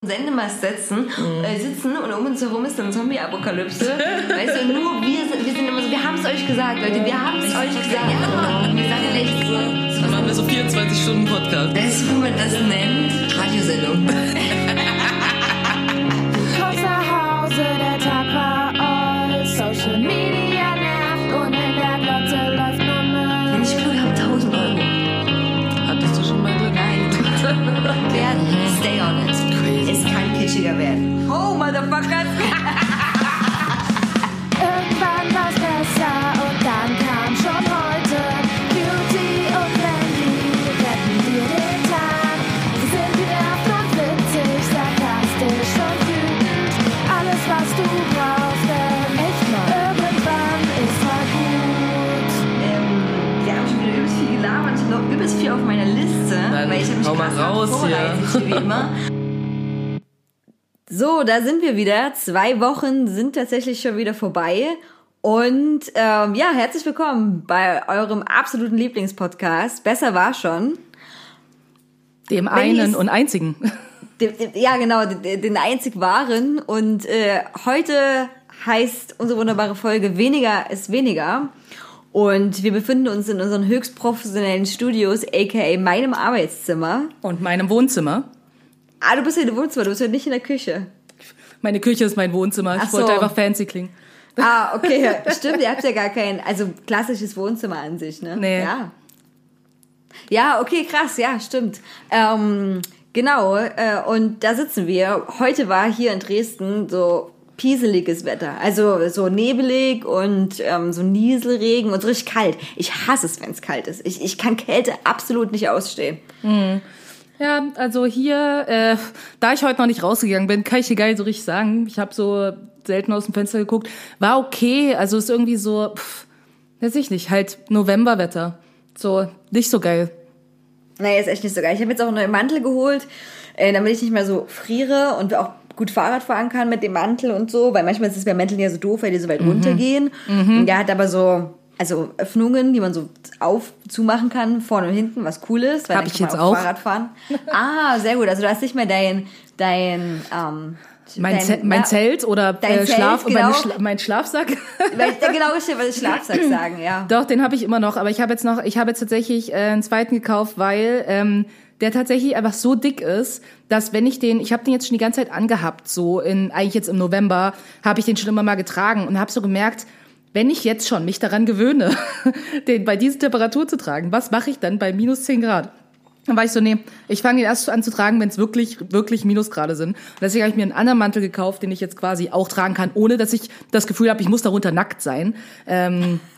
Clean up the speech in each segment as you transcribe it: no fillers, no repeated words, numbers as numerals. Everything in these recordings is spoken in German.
Sendemast sitzen und um uns herum ist dann Zombie-Apokalypse. Weißt du, nur wir sind immer so, wir haben es euch gesagt, Leute, wir haben es euch gesagt. Ja, wir sagen echt so. Dann machen wir so 24-Stunden-Podcast. Das ist, wie man das nennt, Radiosendung. Komm nach Hause, der Tag war all. Social Media nervt und in der Glotze läuft nur Müll. Wenn ich Glück habe, 1.000 Euro. Hattest du schon mal Glück? Nein. Werden, stay on it. Es kann kischiger werden. Oh, Motherfuckers! Irgendwann war's besser und dann kam schon heute. Beauty und Wendy retten dir den Tag. Sie sind genervt und witzig, sarkastisch und wütend. Alles, was du brauchst, denn echt mal irgendwann ist mal gut. Wir haben schon wieder übelst viel gelabert. Ich habe noch übelst viel auf meiner Liste. Dann weil ich habe mich hau mal krass raus vorbereitet, wie immer. So, da sind wir wieder. 2 Wochen sind tatsächlich schon wieder vorbei. Und ja, herzlich willkommen bei eurem absoluten Lieblingspodcast. Besser war schon. Dem einen und einzigen. Ja, genau, den einzig wahren. Und heute heißt unsere wunderbare Folge Weniger ist weniger. Und wir befinden uns in unseren höchst professionellen Studios, aka meinem Arbeitszimmer. Und meinem Wohnzimmer. Ah, du bist ja in der Wohnzimmer, du bist ja nicht in der Küche. Meine Küche ist mein Wohnzimmer. Ich wollte einfach fancy klingen. Ah, okay, stimmt, ihr habt ja gar kein, also klassisches Wohnzimmer an sich, ne? Nee. Ja, okay, krass, ja, stimmt. Genau, und da sitzen wir. Heute war hier in Dresden so pieseliges Wetter, also so nebelig und so Nieselregen und so richtig kalt. Ich hasse es, wenn es kalt ist. Ich kann Kälte absolut nicht ausstehen. Ja, also hier, da ich heute noch nicht rausgegangen bin, kann ich dir gar nicht so richtig sagen. Ich habe so selten aus dem Fenster geguckt. War okay, also ist irgendwie so, weiß ich nicht, halt Novemberwetter. So, nicht so geil. Nee, ist echt nicht so geil. Ich habe jetzt auch einen neuen Mantel geholt, damit ich nicht mehr so friere und auch gut Fahrrad fahren kann mit dem Mantel und so, weil manchmal ist es bei Mänteln ja so doof, weil die so weit runtergehen. Und der hat aber so, also Öffnungen, die man so zumachen kann, vorne und hinten, was cool ist. Weil Hab dann ich kann man jetzt auch auch. Fahrrad fahren. Ah, sehr gut. Also du hast nicht mehr Mein Zelt oder dein Zelt, Schlaf, genau. mein Schlafsack. Genau, ich wollte Schlafsack sagen, ja. Doch, den habe ich immer noch, aber ich habe jetzt tatsächlich einen zweiten gekauft, weil der tatsächlich einfach so dick ist, dass wenn ich habe den jetzt schon die ganze Zeit angehabt, so eigentlich jetzt im November, habe ich den schon immer mal getragen und habe so gemerkt, wenn ich jetzt schon mich daran gewöhne, den bei dieser Temperatur zu tragen, was mache ich dann bei minus 10 Grad? Dann war ich so, nee, ich fange den erst an zu tragen, wenn es wirklich, wirklich Minusgrade sind. Und deswegen habe ich mir einen anderen Mantel gekauft, den ich jetzt quasi auch tragen kann, ohne dass ich das Gefühl habe, ich muss darunter nackt sein. Ja.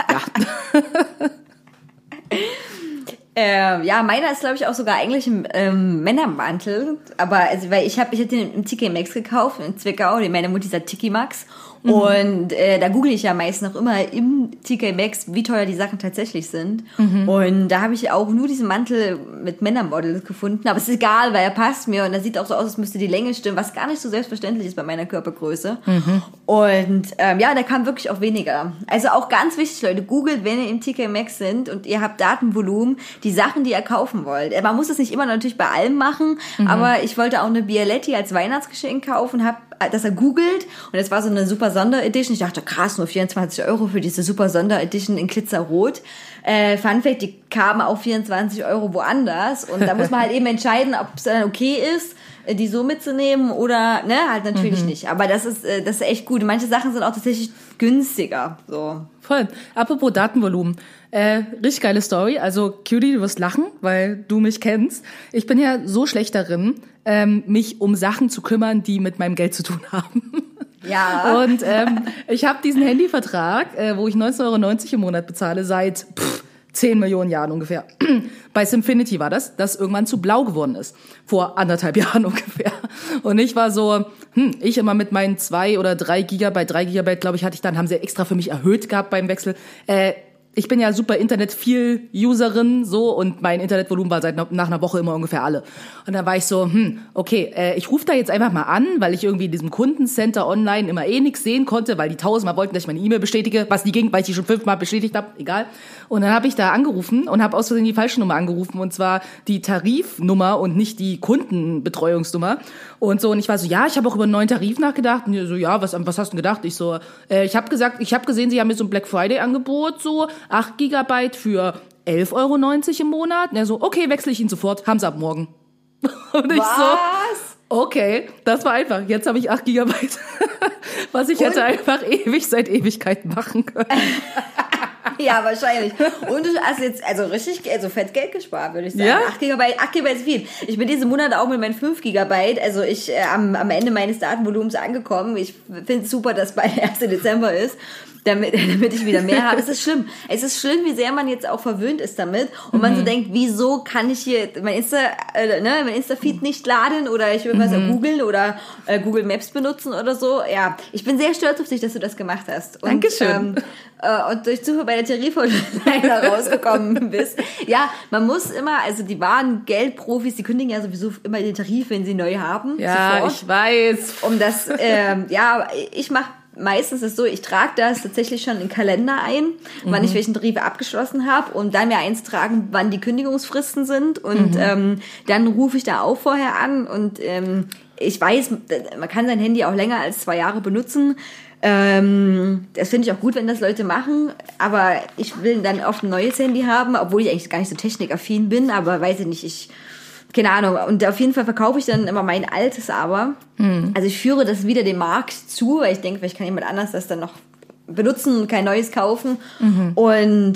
Ja, meiner ist, glaube ich, auch sogar eigentlich ein Männermantel. Aber also, weil ich hab den im TK Maxx gekauft, in Zwickau. Meine Mutti sagt Tiki Max. Und da google ich ja meist noch immer im TK Maxx, wie teuer die Sachen tatsächlich sind. Und da habe ich auch nur diesen Mantel mit Männermodels gefunden. Aber es ist egal, weil er passt mir. Und er sieht auch so aus, als müsste die Länge stimmen, was gar nicht so selbstverständlich ist bei meiner Körpergröße. Und ja, der kam wirklich auch weniger. Also auch ganz wichtig, Leute, googelt, wenn ihr im TK Maxx sind und ihr habt Datenvolumen, die Sachen, die ihr kaufen wollt. Man muss es nicht immer natürlich bei allem machen, aber ich wollte auch eine Bialetti als Weihnachtsgeschenk kaufen, habe das googelt und es war so eine super Sonderedition. Ich dachte, krass, nur 24 € für diese super Sonderedition in Glitzerrot. Fun Fact, die kamen auch 24 € woanders und da muss man halt eben entscheiden, ob es dann okay ist, die so mitzunehmen oder ne, halt natürlich nicht. Aber das ist echt gut. Manche Sachen sind auch tatsächlich günstiger. So. Voll. Apropos Datenvolumen. Richtig geile Story. Also, Cutie, du wirst lachen, weil du mich kennst. Ich bin ja so schlecht darin, mich um Sachen zu kümmern, die mit meinem Geld zu tun haben. Ja. Und ich habe diesen Handyvertrag, wo ich 19,90 € im Monat bezahle, seit 10 Millionen Jahren ungefähr. Bei Simfinity war das irgendwann zu blau geworden ist. Vor 1,5 Jahren ungefähr. Und ich war so, ich immer mit meinen 2 oder 3 Gigabyte, 3 Gigabyte, glaube ich, hatte ich dann, haben sie extra für mich erhöht gehabt beim Wechsel. ich bin ja super Internet-Viel-Userin so und mein Internetvolumen war nach einer Woche immer ungefähr alle. Und dann war ich so, okay, ich rufe da jetzt einfach mal an, weil ich irgendwie in diesem Kundencenter online immer nichts sehen konnte, weil die 1000-mal wollten, dass ich meine E-Mail bestätige, was nie ging, weil ich die schon 5-mal bestätigt habe, egal. Und dann habe ich da angerufen und habe aus Versehen die falsche Nummer angerufen und zwar die Tarifnummer und nicht die Kundenbetreuungsnummer. Und so, und ich war so, ja, ich habe auch über einen neuen Tarif nachgedacht. Und so, ja, was hast du denn gedacht? Ich so, ich habe gesehen, sie haben jetzt so ein Black Friday-Angebot, so 8 Gigabyte für 11,90 € im Monat. Und er so, okay, wechsle ich ihn sofort, haben sie ab morgen. Und ich so, okay, das war einfach. Jetzt habe ich 8 Gigabyte, was ich hätte einfach seit Ewigkeiten machen können. Ja, wahrscheinlich. Und du hast jetzt fett Geld gespart, würde ich sagen. Ja? 8 Gigabyte ist viel. Ich bin diesen Monat auch mit meinen 5 Gigabyte, also ich am Ende meines Datenvolumens angekommen. Ich finde es super, dass bald der 1. Dezember ist, damit ich wieder mehr habe. Es ist schlimm. Es ist schlimm, wie sehr man jetzt auch verwöhnt ist damit. Und man so denkt, wieso kann ich hier mein Insta-Feed nicht laden oder ich will was googeln oder Google Maps benutzen oder so. Ja, ich bin sehr stolz auf dich, dass du das gemacht hast. Und, Dankeschön. Und durch Zufall bei der Tarifhotline rausgekommen bist. Ja, man muss immer, also die wahren Geldprofis, die kündigen ja sowieso immer den Tarif, wenn sie neu haben. Ja, sofort. ich weiß. Um das, ich mache meistens ist so, ich trage das tatsächlich schon in den Kalender ein, wann ich welchen Tarif abgeschlossen habe und dann mir eintragen, wann die Kündigungsfristen sind und dann rufe ich da auch vorher an und ich weiß, man kann sein Handy auch länger als 2 Jahre benutzen. Das finde ich auch gut, wenn das Leute machen, aber ich will dann oft ein neues Handy haben, obwohl ich eigentlich gar nicht so technikaffin bin, aber weiß ich nicht, keine Ahnung. Und auf jeden Fall verkaufe ich dann immer mein altes aber. Also ich führe das wieder dem Markt zu, weil ich denke, vielleicht kann jemand anders das dann noch benutzen und kein neues kaufen. Und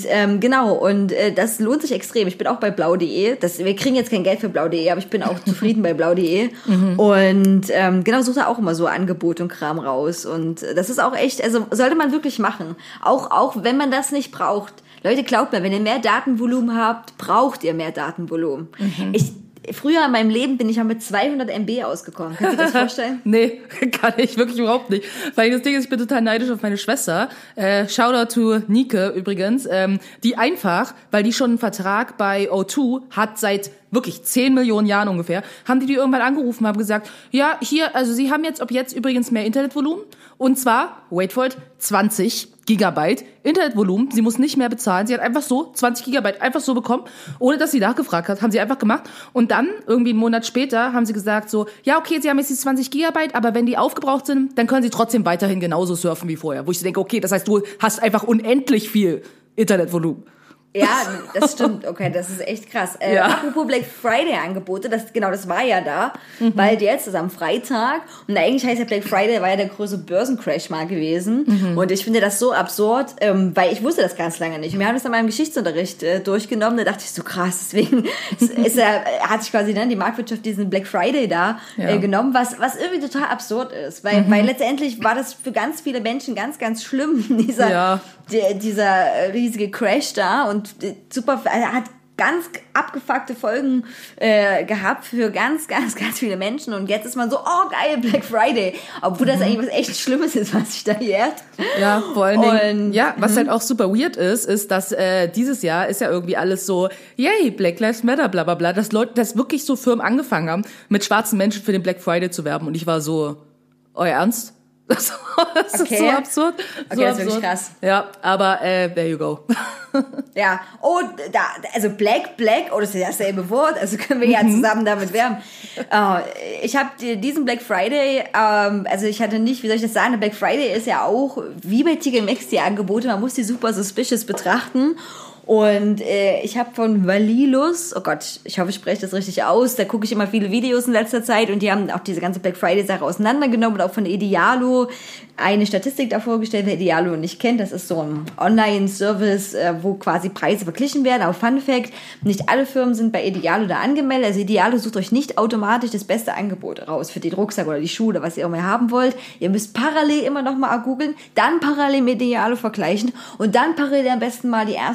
das lohnt sich extrem. Ich bin auch bei blau.de. Wir kriegen jetzt kein Geld für blau.de, aber ich bin auch zufrieden bei blau.de. Und suche da auch immer so Angebote und Kram raus. Und das ist auch echt, also sollte man wirklich machen. Auch wenn man das nicht braucht. Leute, glaubt mir, wenn ihr mehr Datenvolumen habt, braucht ihr mehr Datenvolumen. Früher in meinem Leben bin ich auch mit 200 MB ausgekommen. Kannst du dir das vorstellen? Nee, kann ich wirklich überhaupt nicht. Weil das Ding ist, ich bin total neidisch auf meine Schwester. Shoutout to Nike übrigens. Die einfach, weil die schon einen Vertrag bei O2 hat seit wirklich 10 Millionen Jahren ungefähr, haben die irgendwann angerufen, haben gesagt, ja, hier, also sie haben jetzt ab jetzt übrigens mehr Internetvolumen. Und zwar, wait for it, 20 Gigabyte Internetvolumen. Sie muss nicht mehr bezahlen. Sie hat einfach so 20 Gigabyte einfach so bekommen, ohne dass sie nachgefragt hat. Haben sie einfach gemacht. Und dann, irgendwie einen Monat später, haben sie gesagt so, ja, okay, sie haben jetzt die 20 Gigabyte, aber wenn die aufgebraucht sind, dann können sie trotzdem weiterhin genauso surfen wie vorher. Wo ich so denke, okay, das heißt, du hast einfach unendlich viel Internetvolumen. Ja, das stimmt. Okay, das ist echt krass. Apropos Black Friday-Angebote, das war ja da, weil jetzt ist am Freitag und eigentlich heißt ja Black Friday, war ja der größte Börsencrash mal gewesen und ich finde das so absurd, weil ich wusste das ganz lange nicht. Und wir haben das in meinem Geschichtsunterricht durchgenommen, da dachte ich so krass, deswegen hat sich quasi dann die Marktwirtschaft diesen Black Friday da genommen, was irgendwie total absurd ist, weil letztendlich war das für ganz viele Menschen ganz, ganz schlimm, dieser riesige Crash da und super, hat ganz abgefuckte Folgen gehabt für ganz, ganz, ganz viele Menschen und jetzt ist man so, oh geil, Black Friday, obwohl das eigentlich was echt Schlimmes ist, was sich da jährt. Ja, vor allen Dingen, was halt auch super weird ist, dass dieses Jahr ist ja irgendwie alles so, yay, Black Lives Matter, bla bla bla, dass wirklich so Firmen angefangen haben, mit schwarzen Menschen für den Black Friday zu werben und ich war so, euer Ernst? Das ist so absurd. Okay, das ist wirklich krass. Ja, aber there you go. Ja, also Black, das ist dasselbe Wort, also können wir ja zusammen damit werben. Ich habe diesen Black Friday, also ich hatte nicht, wie soll ich das sagen, der Black Friday ist ja auch, wie bei TK Maxx die Angebote, man muss die super suspicious betrachten. Und ich habe von Valilus, oh Gott, ich hoffe, ich spreche das richtig aus, da gucke ich immer viele Videos in letzter Zeit und die haben auch diese ganze Black Friday-Sache auseinandergenommen und auch von Idealo eine Statistik da vorgestellt, wer Idealo nicht kennt, das ist so ein Online-Service, wo quasi Preise verglichen werden. Aber Fun Fact, nicht alle Firmen sind bei Idealo da angemeldet, also Idealo sucht euch nicht automatisch das beste Angebot raus für den Rucksack oder die Schuhe oder was ihr auch mehr haben wollt. Ihr müsst parallel immer noch mal googeln, dann parallel mit Idealo vergleichen und dann parallel am besten mal die ersten 5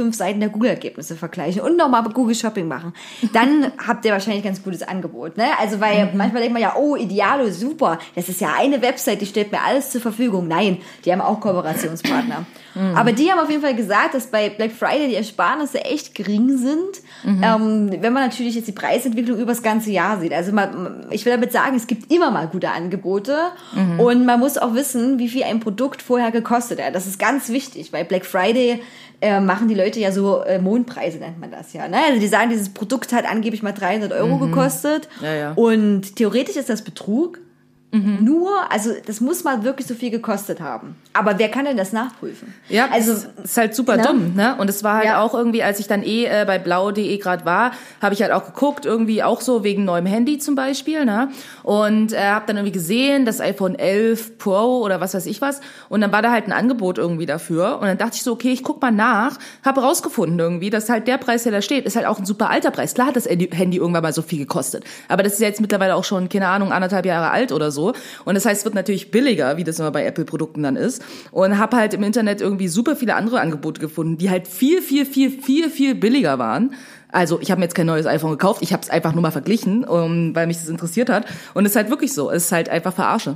5 Seiten der Google-Ergebnisse vergleichen und nochmal Google Shopping machen, dann habt ihr wahrscheinlich ein ganz gutes Angebot. Ne? Also weil manchmal denkt man ja, oh, Idealo, super, das ist ja eine Website, die stellt mir alles zur Verfügung. Nein, die haben auch Kooperationspartner. Aber die haben auf jeden Fall gesagt, dass bei Black Friday die Ersparnisse echt gering sind, wenn man natürlich jetzt die Preisentwicklung über das ganze Jahr sieht. Also ich will damit sagen, es gibt immer mal gute Angebote und man muss auch wissen, wie viel ein Produkt vorher gekostet hat. Das ist ganz wichtig, weil Black Friday machen die Leute ja so Mondpreise, nennt man das ja. Ne? Also die sagen, dieses Produkt hat angeblich mal 300 Euro gekostet und theoretisch ist das Betrug. Nur, also das muss mal wirklich so viel gekostet haben. Aber wer kann denn das nachprüfen? Ja, also ist halt super dumm, ne? Und es war halt auch irgendwie, als ich dann bei blau.de gerade war, habe ich halt auch geguckt, irgendwie auch so wegen neuem Handy zum Beispiel, ne? Und habe dann irgendwie gesehen, das iPhone 11 Pro oder was weiß ich was. Und dann war da halt ein Angebot irgendwie dafür. Und dann dachte ich so, okay, ich guck mal nach, habe rausgefunden irgendwie, dass halt der Preis, der da steht, ist halt auch ein super alter Preis. Klar hat das Handy irgendwann mal so viel gekostet. Aber das ist ja jetzt mittlerweile auch schon, keine Ahnung, 1,5 Jahre alt oder so. Und das heißt, es wird natürlich billiger, wie das immer bei Apple-Produkten dann ist. Und habe halt im Internet irgendwie super viele andere Angebote gefunden, die halt viel billiger waren. Also ich habe mir jetzt kein neues iPhone gekauft, ich habe es einfach nur mal verglichen, weil mich das interessiert hat. Und es ist halt wirklich so, es ist halt einfach Verarsche.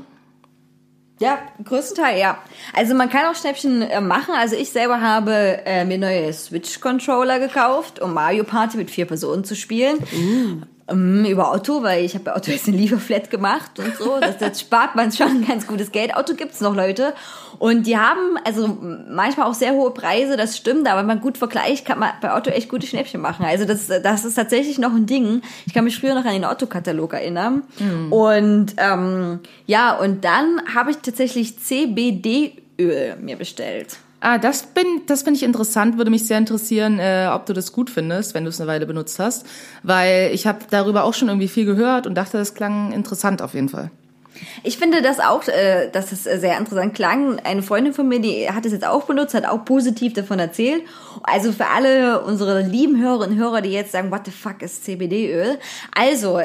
Ja, größtenteils, ja. Also man kann auch Schnäppchen machen. Also ich selber habe mir neue Switch-Controller gekauft, um Mario Party mit 4 Personen zu spielen. Über Otto, weil ich habe bei Otto jetzt eine Lieferflat gemacht und so. Das spart man schon ganz gutes Geld. Otto gibt's noch, Leute. Und die haben also manchmal auch sehr hohe Preise, das stimmt. Aber wenn man gut vergleicht, kann man bei Otto echt gute Schnäppchen machen. Also das ist tatsächlich noch ein Ding. Ich kann mich früher noch an den Otto-Katalog erinnern. Und und dann habe ich tatsächlich CBD-Öl mir bestellt. Das finde ich interessant, würde mich sehr interessieren, ob du das gut findest, wenn du es eine Weile benutzt hast, weil ich habe darüber auch schon irgendwie viel gehört und dachte, das klang interessant auf jeden Fall. Ich finde das auch, dass es sehr interessant klang. Eine Freundin von mir, die hat es jetzt auch benutzt, hat auch positiv davon erzählt. Also für alle unsere lieben Hörerinnen und Hörer, die jetzt sagen, what the fuck ist CBD-Öl? Also,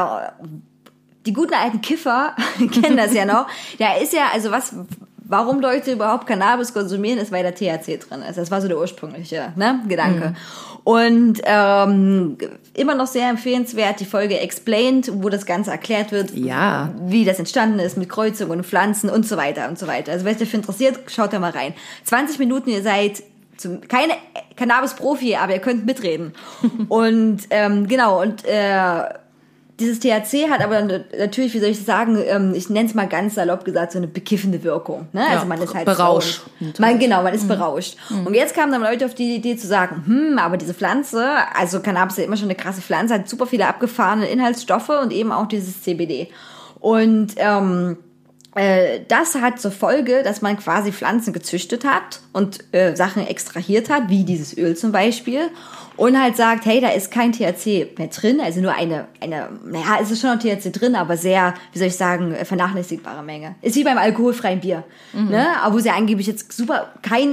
die guten alten Kiffer kennen das ja noch. Da ist ja, also warum Leute überhaupt Cannabis konsumieren, ist, weil da THC drin ist. Das war so der ursprüngliche Gedanke. Und immer noch sehr empfehlenswert die Folge Explained, wo das Ganze erklärt wird, wie das entstanden ist mit Kreuzung und Pflanzen und so weiter und so weiter. Also wenn es euch interessiert, schaut da mal rein. 20 Minuten, ihr seid keine Cannabis-Profi, aber ihr könnt mitreden. Und dieses THC hat aber natürlich, wie soll ich sagen, ich nenne es mal ganz salopp gesagt, so eine bekiffende Wirkung. Ne? Also man ist halt berauscht. Man ist berauscht. Und jetzt kamen dann Leute auf die Idee zu sagen, aber diese Pflanze, also Cannabis ist ja immer schon eine krasse Pflanze, hat super viele abgefahrene Inhaltsstoffe und eben auch dieses CBD. Und das hat zur Folge, dass man quasi Pflanzen gezüchtet hat und Sachen extrahiert hat, wie dieses Öl zum Beispiel. Und halt sagt, hey, da ist kein THC mehr drin, also nur es ist schon noch THC drin, aber sehr, wie soll ich sagen, vernachlässigbare Menge. Ist wie beim alkoholfreien Bier, ne? Aber wo sie angeblich jetzt gar kein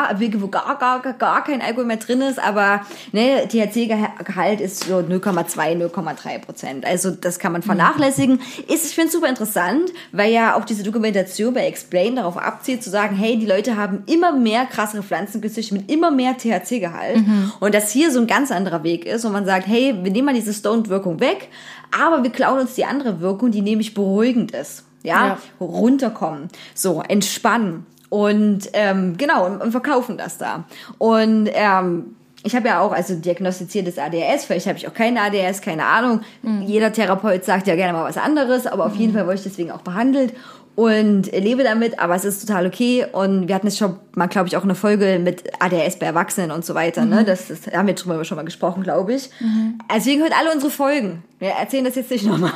Alkohol mehr drin ist, aber ne, THC-Gehalt ist so 0,2-0,3%. Also das kann man vernachlässigen. Ich finde es super interessant, weil ja auch diese Dokumentation bei Explain darauf abzielt, zu sagen, hey, die Leute haben immer mehr krassere Pflanzen gezüchtet mit immer mehr THC-Gehalt und das hier so ein ganz anderer Weg ist und man sagt, hey, wir nehmen mal diese Stoned-Wirkung weg, aber wir klauen uns die andere Wirkung, die nämlich beruhigend ist. Ja. Runterkommen, so, entspannen und und verkaufen das da. Und ich habe ja auch diagnostiziertes ADHS, vielleicht habe ich auch kein ADHS, keine Ahnung. Jeder Therapeut sagt ja gerne mal was anderes, aber auf jeden Fall wurde ich deswegen auch behandelt und lebe damit, aber es ist total okay. Und wir hatten jetzt schon mal, glaube ich, auch eine Folge mit ADHS bei Erwachsenen und so weiter. Ne? Das haben wir drüber schon mal gesprochen, glaube ich. Deswegen hört alle unsere Folgen. Wir erzählen das jetzt nicht nochmal.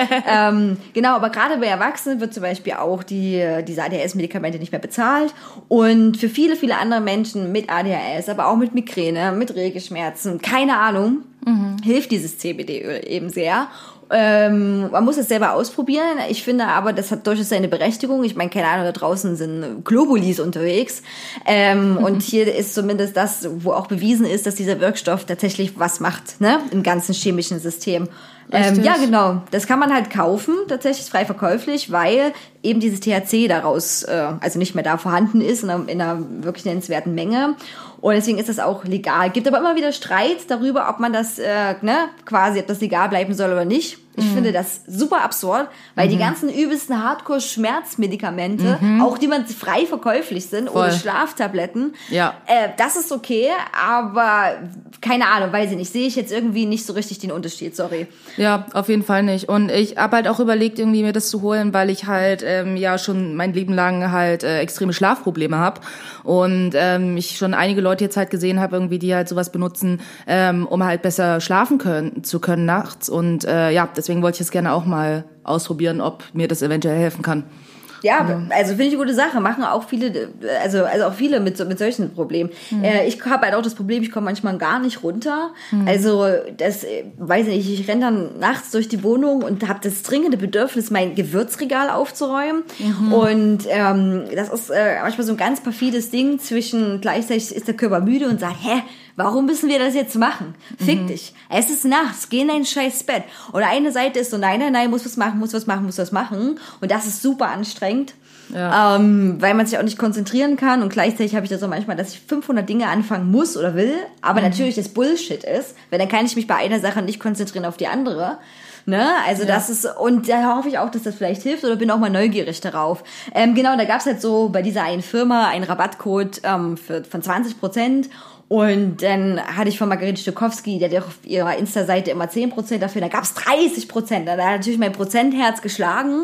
Aber gerade bei Erwachsenen wird zum Beispiel auch diese ADHS-Medikamente nicht mehr bezahlt. Und für viele, viele andere Menschen mit ADHS, aber auch mit Migräne, mit Regelschmerzen, keine Ahnung, hilft dieses CBD-Öl eben sehr. Man muss es selber ausprobieren. Ich finde aber, das hat durchaus seine Berechtigung. Ich meine, keine Ahnung, da draußen sind Globulis unterwegs. Und hier ist zumindest das, wo auch bewiesen ist, dass dieser Wirkstoff tatsächlich was macht, ne? Im ganzen chemischen System. Ja, genau. Das kann man halt kaufen, tatsächlich frei verkäuflich, weil eben dieses THC daraus also nicht mehr da vorhanden ist in einer wirklich nennenswerten Menge. Und deswegen ist das auch legal. Gibt aber immer wieder Streit darüber, ob man das ob das legal bleiben soll oder nicht. Ich finde das super absurd, weil die ganzen übelsten Hardcore-Schmerzmedikamente, auch die man frei verkäuflich sind, oder Schlaftabletten, das ist okay, aber keine Ahnung, weiß ich nicht, sehe ich jetzt irgendwie nicht so richtig den Unterschied, sorry. Ja, auf jeden Fall nicht. Und ich habe halt auch überlegt, irgendwie mir das zu holen, weil ich halt schon mein Leben lang halt extreme Schlafprobleme habe und ich schon einige Leute jetzt halt gesehen habe, irgendwie, die halt sowas benutzen, um halt besser schlafen zu können nachts. Und deswegen wollte ich es gerne auch mal ausprobieren, ob mir das eventuell helfen kann. Ja, also finde ich eine gute Sache. Machen auch viele, also auch viele mit solchen Problemen. Ich habe halt auch das Problem, ich komme manchmal gar nicht runter. Also das, weiß ich nicht, ich renne dann nachts durch die Wohnung und habe das dringende Bedürfnis, mein Gewürzregal aufzuräumen. Und das ist manchmal so ein ganz perfides Ding zwischen, gleichzeitig ist der Körper müde und sagt, warum müssen wir das jetzt machen? Fick dich. Es ist nachts, geh in dein scheiß Bett. Und eine Seite ist so, nein, muss was machen. Und das ist super anstrengend. Ja. Weil man sich auch nicht konzentrieren kann. Und gleichzeitig habe ich das auch manchmal, dass ich 500 Dinge anfangen muss oder will. Aber natürlich das Bullshit ist, weil dann kann ich mich bei einer Sache nicht konzentrieren auf die andere. Ne? Also das ist, und da hoffe ich auch, dass das vielleicht hilft oder bin auch mal neugierig darauf. Genau, da gab es halt so bei dieser einen Firma einen Rabattcode von 20%. Und dann hatte ich von Margarete Stokowski, die hat auf ihrer Insta-Seite immer 10% dafür, da gab's 30%. Da hat natürlich mein Prozentherz geschlagen.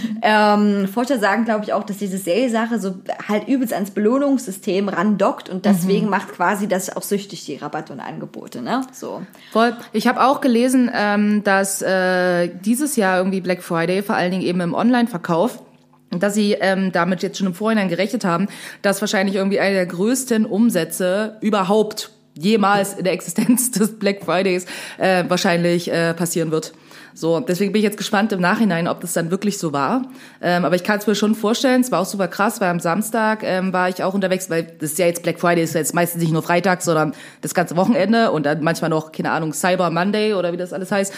Forscher sagen, glaube ich, auch, dass diese Sale-Sache so halt übelst ans Belohnungssystem randockt und deswegen macht quasi das auch süchtig, die Rabatte und Angebote, ne? So. Voll. Ich habe auch gelesen, dass dieses Jahr irgendwie Black Friday, vor allen Dingen eben im Online-Verkauf, dass sie damit jetzt schon im Vorhinein gerechnet haben, dass wahrscheinlich irgendwie einer der größten Umsätze überhaupt jemals in der Existenz des Black Fridays wahrscheinlich passieren wird. So, deswegen bin ich jetzt gespannt im Nachhinein, ob das dann wirklich so war. Aber ich kann es mir schon vorstellen, es war auch super krass, weil am Samstag war ich auch unterwegs, weil das ist ja jetzt Black Friday, ist ja jetzt meistens nicht nur Freitag, sondern das ganze Wochenende und dann manchmal noch, keine Ahnung, Cyber Monday oder wie das alles heißt.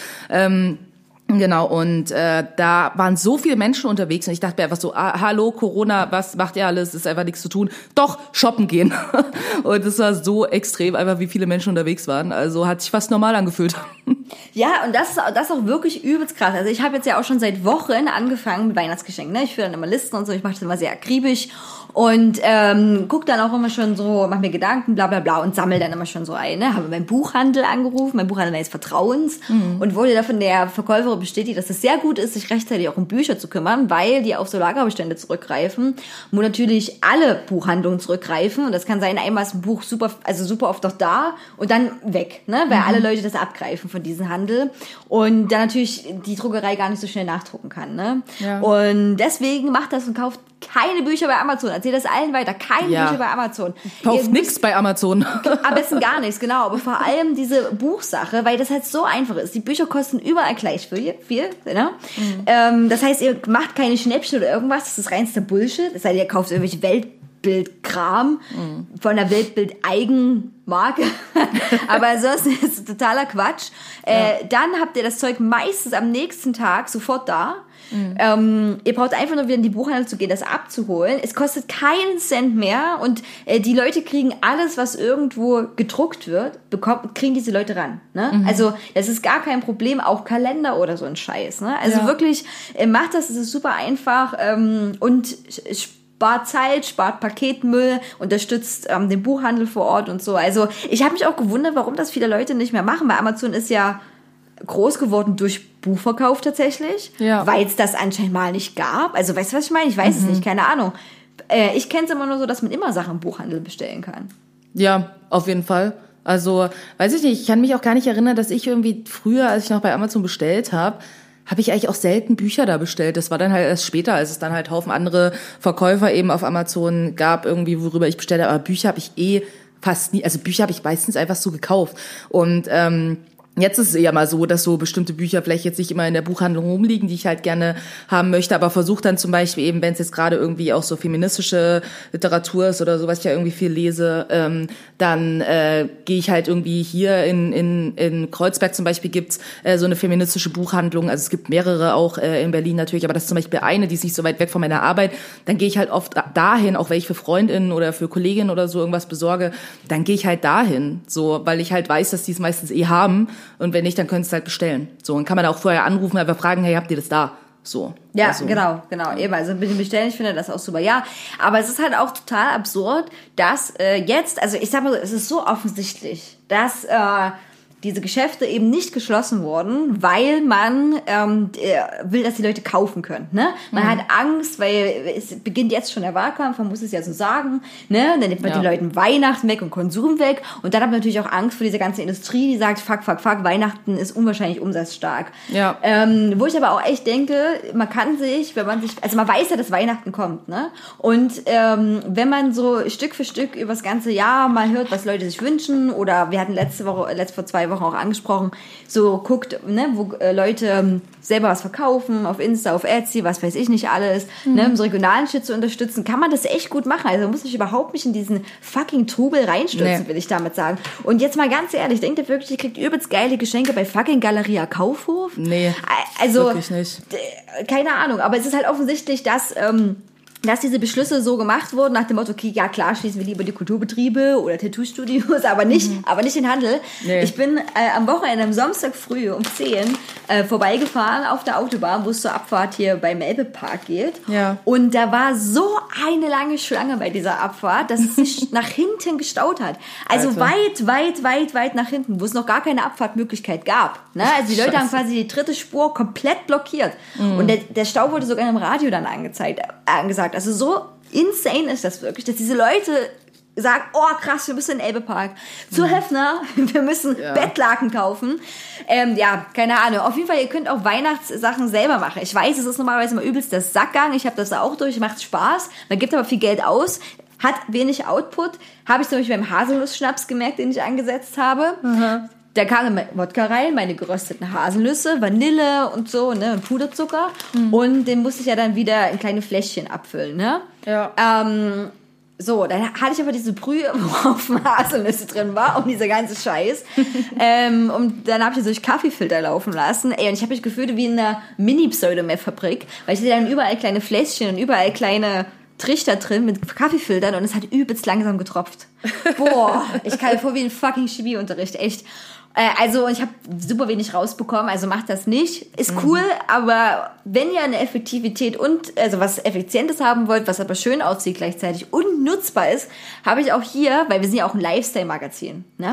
Genau, und da waren so viele Menschen unterwegs und ich dachte mir einfach so, hallo Corona, was macht ihr alles? Ist einfach nichts zu tun. Doch, shoppen gehen. Und es war so extrem, einfach wie viele Menschen unterwegs waren. Also hat sich fast normal angefühlt. Ja, und das ist auch wirklich übelst krass. Also ich habe jetzt ja auch schon seit Wochen angefangen mit Weihnachtsgeschenken. Ne? Ich führe dann immer Listen und so, ich mache das immer sehr akribisch und guck dann auch immer schon so, mach mir Gedanken, bla bla bla und sammel dann immer schon so ein. Ne? Habe meinen Buchhandel angerufen, mein Buchhandel meines Vertrauens und wurde da von der Verkäuferin bestätigt, dass es sehr gut ist, sich rechtzeitig auch um Bücher zu kümmern, weil die auf so Lagerbestände zurückgreifen, wo natürlich alle Buchhandlungen zurückgreifen und das kann sein, einmal ist ein Buch super oft noch da und dann weg, ne? Weil alle Leute das abgreifen von diesem Handel und dann natürlich die Druckerei gar nicht so schnell nachdrucken kann, ne? Ja. Und deswegen macht das und kauft keine Bücher bei Amazon. Erzähl das allen weiter. Keine Bücher bei Amazon. Kauft nichts bei Amazon. Am besten gar nichts, genau. Aber vor allem diese Buchsache, weil das halt so einfach ist. Die Bücher kosten überall gleich viel. Ne? Das heißt, ihr macht keine Schnäppchen oder irgendwas. Das ist reinster Bullshit. Es sei denn, ihr kauft irgendwelche Weltbildkram von der Weltbild-Eigenmarke. Aber sonst ist es totaler Quatsch. Dann habt ihr das Zeug meistens am nächsten Tag sofort da. Ihr braucht einfach nur wieder in die Buchhandlung zu gehen, das abzuholen. Es kostet keinen Cent mehr und die Leute kriegen alles, was irgendwo gedruckt wird, kriegen diese Leute ran. Ne? Also das ist gar kein Problem, auch Kalender oder so ein Scheiß. Ne? Also wirklich, macht das, es ist super einfach und spart Zeit, spart Paketmüll, unterstützt den Buchhandel vor Ort und so. Also ich habe mich auch gewundert, warum das viele Leute nicht mehr machen, weil Amazon ist ja groß geworden durch Buchverkauf tatsächlich, weil es das anscheinend mal nicht gab. Also weißt du, was ich meine? Ich weiß es nicht, keine Ahnung. Ich kenne es immer nur so, dass man immer Sachen im Buchhandel bestellen kann. Ja, auf jeden Fall. Also, weiß ich nicht, ich kann mich auch gar nicht erinnern, dass ich irgendwie früher, als ich noch bei Amazon bestellt habe ich eigentlich auch selten Bücher da bestellt. Das war dann halt erst später, als es dann halt Haufen andere Verkäufer eben auf Amazon gab, irgendwie, worüber ich bestellt habe. Aber Bücher habe ich fast nie, also Bücher habe ich meistens einfach so gekauft. Und Jetzt ist es eher mal so, dass so bestimmte Bücher vielleicht jetzt nicht immer in der Buchhandlung rumliegen, die ich halt gerne haben möchte, aber versuche dann zum Beispiel eben, wenn es jetzt gerade irgendwie auch so feministische Literatur ist oder so, was ich ja irgendwie viel lese, dann gehe ich halt irgendwie hier in Kreuzberg zum Beispiel gibt's so eine feministische Buchhandlung, also es gibt mehrere auch in Berlin natürlich, aber das ist zum Beispiel eine, die ist nicht so weit weg von meiner Arbeit, dann gehe ich halt oft dahin, auch wenn ich für Freundinnen oder für Kolleginnen oder so irgendwas besorge, dann gehe ich halt dahin, so, weil ich halt weiß, dass die es meistens eh haben. Und wenn nicht, dann könntest du halt bestellen. So, und kann man auch vorher anrufen, einfach fragen, hey, habt ihr das da? So. Ja, also. genau. Eben, also bitte bestellen, ich finde das auch super. Ja, aber es ist halt auch total absurd, dass jetzt, also ich sag mal so, es ist so offensichtlich, dass diese Geschäfte eben nicht geschlossen wurden, weil man will, dass die Leute kaufen können. Ne? Man hat Angst, weil es beginnt jetzt schon der Wahlkampf, man muss es ja so sagen. Ne? Dann nimmt man den Leuten Weihnachten weg und Konsum weg. Und dann hat man natürlich auch Angst vor dieser ganzen Industrie, die sagt, fuck, Weihnachten ist unwahrscheinlich umsatzstark. Ja. Wo ich aber auch echt denke, man kann sich, also man weiß ja, dass Weihnachten kommt. Ne? Und wenn man so Stück für Stück über das ganze Jahr mal hört, was Leute sich wünschen, oder wir hatten vor 2 Wochen auch angesprochen, so guckt, ne, wo Leute selber was verkaufen, auf Insta, auf Etsy, was weiß ich nicht alles, ne, um so regionalen Shit zu unterstützen, kann man das echt gut machen. Also man muss sich überhaupt nicht in diesen fucking Trubel reinstürzen, will ich damit sagen. Und jetzt mal ganz ehrlich, denkt ihr wirklich, ihr kriegt übelst geile Geschenke bei fucking Galeria Kaufhof? Nee, also, wirklich nicht. Keine Ahnung, aber es ist halt offensichtlich, dass diese Beschlüsse so gemacht wurden, nach dem Motto, okay, ja klar, schließen wir lieber die Kulturbetriebe oder Tattoo-Studios, aber nicht den Handel. Nee. Ich bin am Wochenende, am Samstag früh um 10 vorbeigefahren auf der Autobahn, wo es zur Abfahrt hier beim Elbe-Park geht. Ja. Und da war so eine lange Schlange bei dieser Abfahrt, dass es sich nach hinten gestaut hat. Also weit nach hinten, wo es noch gar keine Abfahrtmöglichkeit gab. Ne? Also die Leute haben quasi die dritte Spur komplett blockiert. Und der Stau wurde sogar im Radio dann angesagt. Also so insane ist das wirklich, dass diese Leute sagen, oh krass, wir müssen in den Elbe-Park zu Höfner, wir müssen Bettlaken kaufen. Keine Ahnung. Auf jeden Fall, ihr könnt auch Weihnachtssachen selber machen. Ich weiß, es ist normalerweise immer übelst der Sackgang. Ich habe das auch durch, macht Spaß. Man gibt aber viel Geld aus, hat wenig Output. Habe ich zum Beispiel beim Haselnuss-Schnaps gemerkt, den ich angesetzt habe. Mhm. Da kam Wodka rein, meine gerösteten Haselnüsse, Vanille und so, ne, und Puderzucker. Und den musste ich ja dann wieder in kleine Fläschchen abfüllen, ne? Ja. So, dann hatte ich aber diese Brühe, wo auf Haselnüsse drin war und dieser ganze Scheiß. Und dann habe ich das durch Kaffeefilter laufen lassen. Und ich habe mich gefühlt wie in einer Mini-Pseudometh-Fabrik, weil ich sehe dann überall kleine Fläschchen und überall kleine Trichter drin mit Kaffeefiltern und es hat übelst langsam getropft. Boah, ich kam mir vor wie ein fucking Chemieunterricht, echt. Also, ich habe super wenig rausbekommen, also macht das nicht. Ist cool, aber wenn ihr eine Effektivität und also was Effizientes haben wollt, was aber schön aussieht gleichzeitig und nutzbar ist, habe ich auch hier, weil wir sind ja auch ein Lifestyle-Magazin, ne?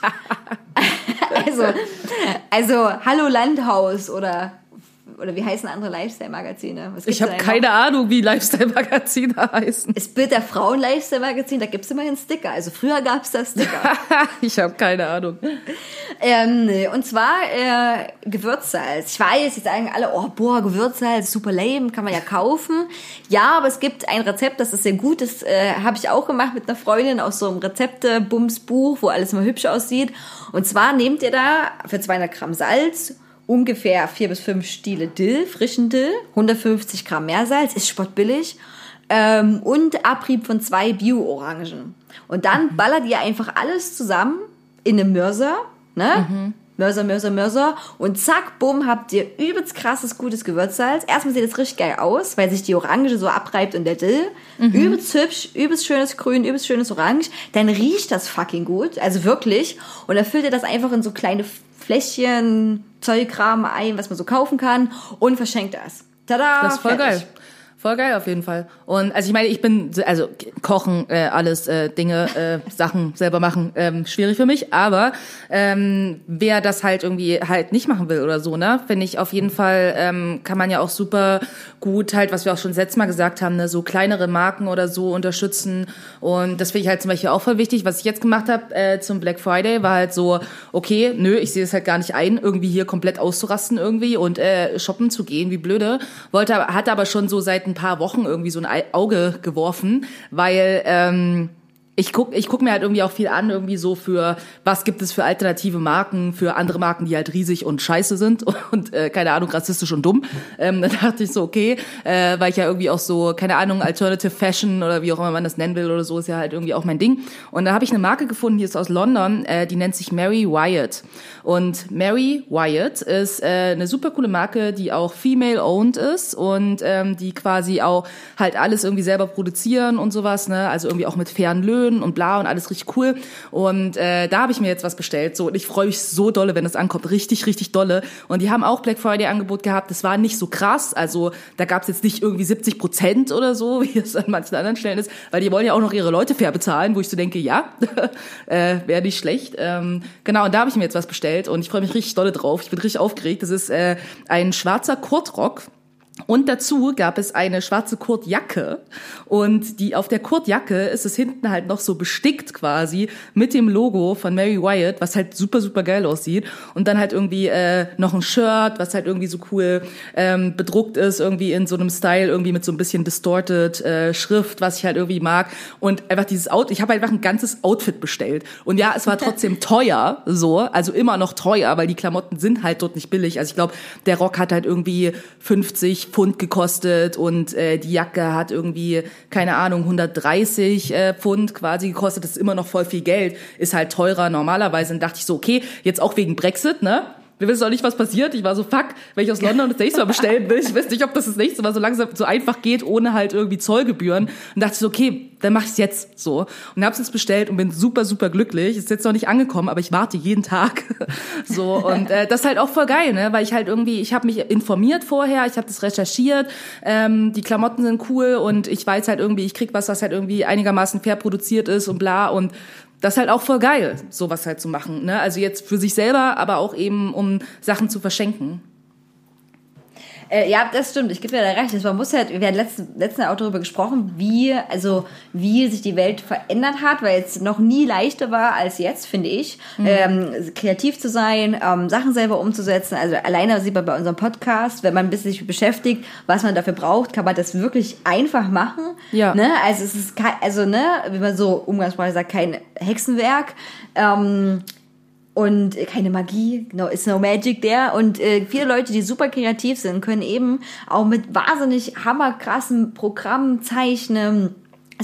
also Hallo Landhaus oder wie heißen andere Lifestyle-Magazine? Ich habe keine Ahnung, wie Lifestyle-Magazine heißen. Es Bild der Frauen Lifestyle-Magazin, da gibt's immerhin Sticker. Also früher gab's da Sticker. Ich habe keine Ahnung. Und zwar Gewürzsalz. Ich weiß, jetzt sagen alle, oh boah, Gewürzsalz, super lame, kann man ja kaufen. Ja, aber es gibt ein Rezept, das ist sehr gut. Das habe ich auch gemacht mit einer Freundin aus so einem Rezepte-Bums-Buch, wo alles immer hübsch aussieht. Und zwar nehmt ihr da für 200 Gramm Salz ungefähr 4 bis 5 Stiele Dill, frischen Dill, 150 Gramm Meersalz, ist spottbillig, und Abrieb von 2 Bio-Orangen. Und dann ballert ihr einfach alles zusammen in einem Mörser, ne? Mörser. Und zack, bumm, habt ihr übelst krasses, gutes Gewürzsalz. Erstmal sieht es richtig geil aus, weil sich die Orange so abreibt und der Dill. Übelst hübsch, übelst schönes Grün, übelst schönes Orange. Dann riecht das fucking gut, also wirklich. Und dann füllt ihr das einfach in so kleine Fläschchen, Zeugkram ein, was man so kaufen kann und verschenkt das. Tada! Das ist voll geil. Voll geil auf jeden Fall. Und also ich meine, also kochen, alles Dinge, Sachen selber machen, schwierig für mich, aber wer das halt irgendwie halt nicht machen will oder so, ne, finde ich auf jeden Fall, kann man ja auch super gut halt, was wir auch schon letztes Mal gesagt haben, ne, so kleinere Marken oder so unterstützen. Und das finde ich halt zum Beispiel auch voll wichtig. Was ich jetzt gemacht habe zum Black Friday, war halt so, okay, ich sehe es halt gar nicht ein, irgendwie hier komplett auszurasten irgendwie und shoppen zu gehen, wie blöde. Hatte aber schon so seit ein paar Wochen irgendwie so ein Auge geworfen, weil Ich guck mir halt irgendwie auch viel an, irgendwie so für, was gibt es für alternative Marken, für andere Marken, die halt riesig und scheiße sind und keine Ahnung, rassistisch und dumm. Da dachte ich so, okay, weil ich ja irgendwie auch so, keine Ahnung, Alternative Fashion oder wie auch immer man das nennen will oder so, ist ja halt irgendwie auch mein Ding. Und da habe ich eine Marke gefunden, die ist aus London, die nennt sich Mary Wyatt. Und Mary Wyatt ist eine super coole Marke, die auch female-owned ist und die quasi auch halt alles irgendwie selber produzieren und sowas, ne? Also irgendwie auch mit fairen Löhnen und bla und alles richtig cool. Und da habe ich mir jetzt was bestellt. So, und ich freue mich so dolle, wenn das ankommt. Richtig, richtig dolle. Und die haben auch Black Friday Angebot gehabt. Das war nicht so krass. Also da gab es jetzt nicht irgendwie 70% oder so, wie es an manchen anderen Stellen ist, weil die wollen ja auch noch ihre Leute fair bezahlen, wo ich so denke, ja, wäre nicht schlecht. Genau, und da habe ich mir jetzt was bestellt und ich freue mich richtig dolle drauf. Ich bin richtig aufgeregt. Das ist ein schwarzer Kurtrock. Und dazu gab es eine schwarze Kurtjacke und die auf der Kurtjacke ist es hinten halt noch so bestickt quasi mit dem Logo von Mary Wyatt, was halt super, super geil aussieht und dann halt irgendwie noch ein Shirt, was halt irgendwie so cool bedruckt ist, irgendwie in so einem Style, irgendwie mit so ein bisschen distorted Schrift, was ich halt irgendwie mag und einfach dieses ich habe einfach ein ganzes Outfit bestellt und ja, es war trotzdem teuer, so, also immer noch teuer, weil die Klamotten sind halt dort nicht billig, also ich glaube, der Rock hat halt irgendwie 50 Pfund gekostet und die Jacke hat irgendwie, keine Ahnung, 130 Pfund quasi gekostet. Das ist immer noch voll viel Geld, ist halt teurer normalerweise. Und dachte ich so, okay, jetzt auch wegen Brexit, ne? Wir wissen auch nicht, was passiert. Ich war so, fuck, wenn ich aus London das nächste Mal bestellen will, ich weiß nicht, ob das nächste Mal so langsam so einfach geht, ohne halt irgendwie Zollgebühren. Und dachte ich so, okay, dann mach ich's jetzt so. Und hab's jetzt bestellt und bin super, super glücklich. Ist jetzt noch nicht angekommen, aber ich warte jeden Tag. So, und das ist halt auch voll geil, ne? Weil ich halt irgendwie, ich habe mich informiert vorher, ich habe das recherchiert, die Klamotten sind cool und ich weiß halt irgendwie, ich krieg was halt irgendwie einigermaßen fair produziert ist und bla und das ist halt auch voll geil, sowas halt zu machen, ne? Also jetzt für sich selber, aber auch eben, um Sachen zu verschenken. Ja, das stimmt. Ich gebe dir da recht. Man muss halt, wir haben letzten auch darüber gesprochen, wie sich die Welt verändert hat, weil es noch nie leichter war als jetzt, finde ich, kreativ zu sein, Sachen selber umzusetzen. Also alleine sieht man bei unserem Podcast, wenn man ein bisschen sich beschäftigt, was man dafür braucht, kann man das wirklich einfach machen. Ja. Ne? Also es ist wie man so umgangssprachlich sagt, kein Hexenwerk. Und keine Magie, ist no magic there. Und viele Leute, die super kreativ sind, können eben auch mit wahnsinnig hammerkrassen Programmen zeichnen.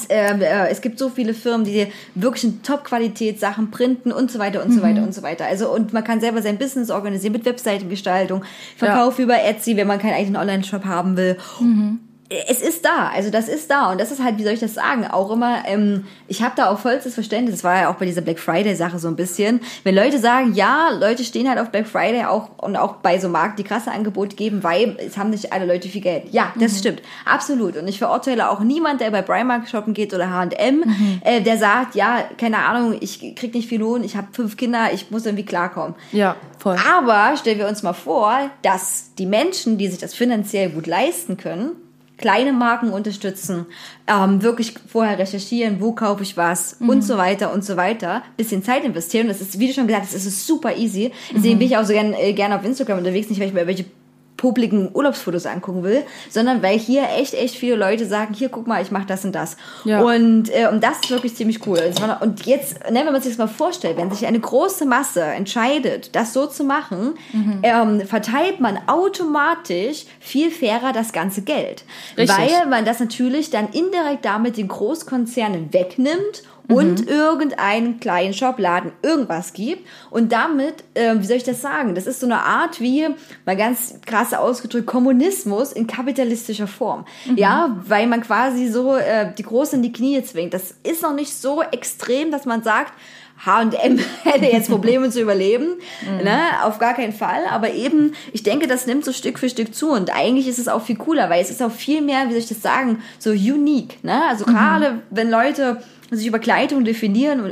Es gibt so viele Firmen, die wirklich in Top-Qualität Sachen printen und so weiter und so weiter und so weiter. Also, und man kann selber sein Business organisieren mit Webseitengestaltung, Verkauf über Etsy, wenn man keinen eigenen Online-Shop haben will. Es ist da, also das ist da und das ist halt, wie soll ich das sagen, auch immer, ich habe da auch vollstes Verständnis, das war ja auch bei dieser Black Friday Sache so ein bisschen, wenn Leute sagen, ja, Leute stehen halt auf Black Friday auch und auch bei so Marken, die krasse Angebote geben, weil es haben nicht alle Leute viel Geld. Ja, das stimmt, absolut und ich verurteile auch niemand, der bei Primark shoppen geht oder H&M, der sagt, ja, keine Ahnung, ich krieg nicht viel Lohn, ich habe 5 Kinder, ich muss irgendwie klarkommen. Ja, voll. Aber stellen wir uns mal vor, dass die Menschen, die sich das finanziell gut leisten können, kleine Marken unterstützen, wirklich vorher recherchieren, wo kaufe ich was und so weiter, bisschen Zeit investieren. Das ist, wie du schon gesagt hast, das ist super easy. Deswegen bin ich auch so gerne auf Instagram unterwegs, nicht weil ich mir welche publiken Urlaubsfotos angucken will, sondern weil hier echt viele Leute sagen, hier, guck mal, ich mache das und das. Ja. Und das ist wirklich ziemlich cool. Und jetzt, wenn man sich das mal vorstellt, wenn sich eine große Masse entscheidet, das so zu machen, verteilt man automatisch viel fairer das ganze Geld. Richtig. Weil man das natürlich dann indirekt damit den Großkonzernen wegnimmt und irgendeinen kleinen Shopladen irgendwas gibt und damit, wie soll ich das sagen, das ist so eine Art wie, mal ganz krass ausgedrückt, Kommunismus in kapitalistischer Form. Ja, weil man quasi so die Großen in die Knie zwingt. Das ist noch nicht so extrem, dass man sagt, H&M hätte jetzt Probleme zu überleben, ne? Auf gar keinen Fall, aber eben, ich denke, das nimmt so Stück für Stück zu und eigentlich ist es auch viel cooler, weil es ist auch viel mehr, wie soll ich das sagen, so unique, ne? Also gerade, wenn Leute sich über Kleidung definieren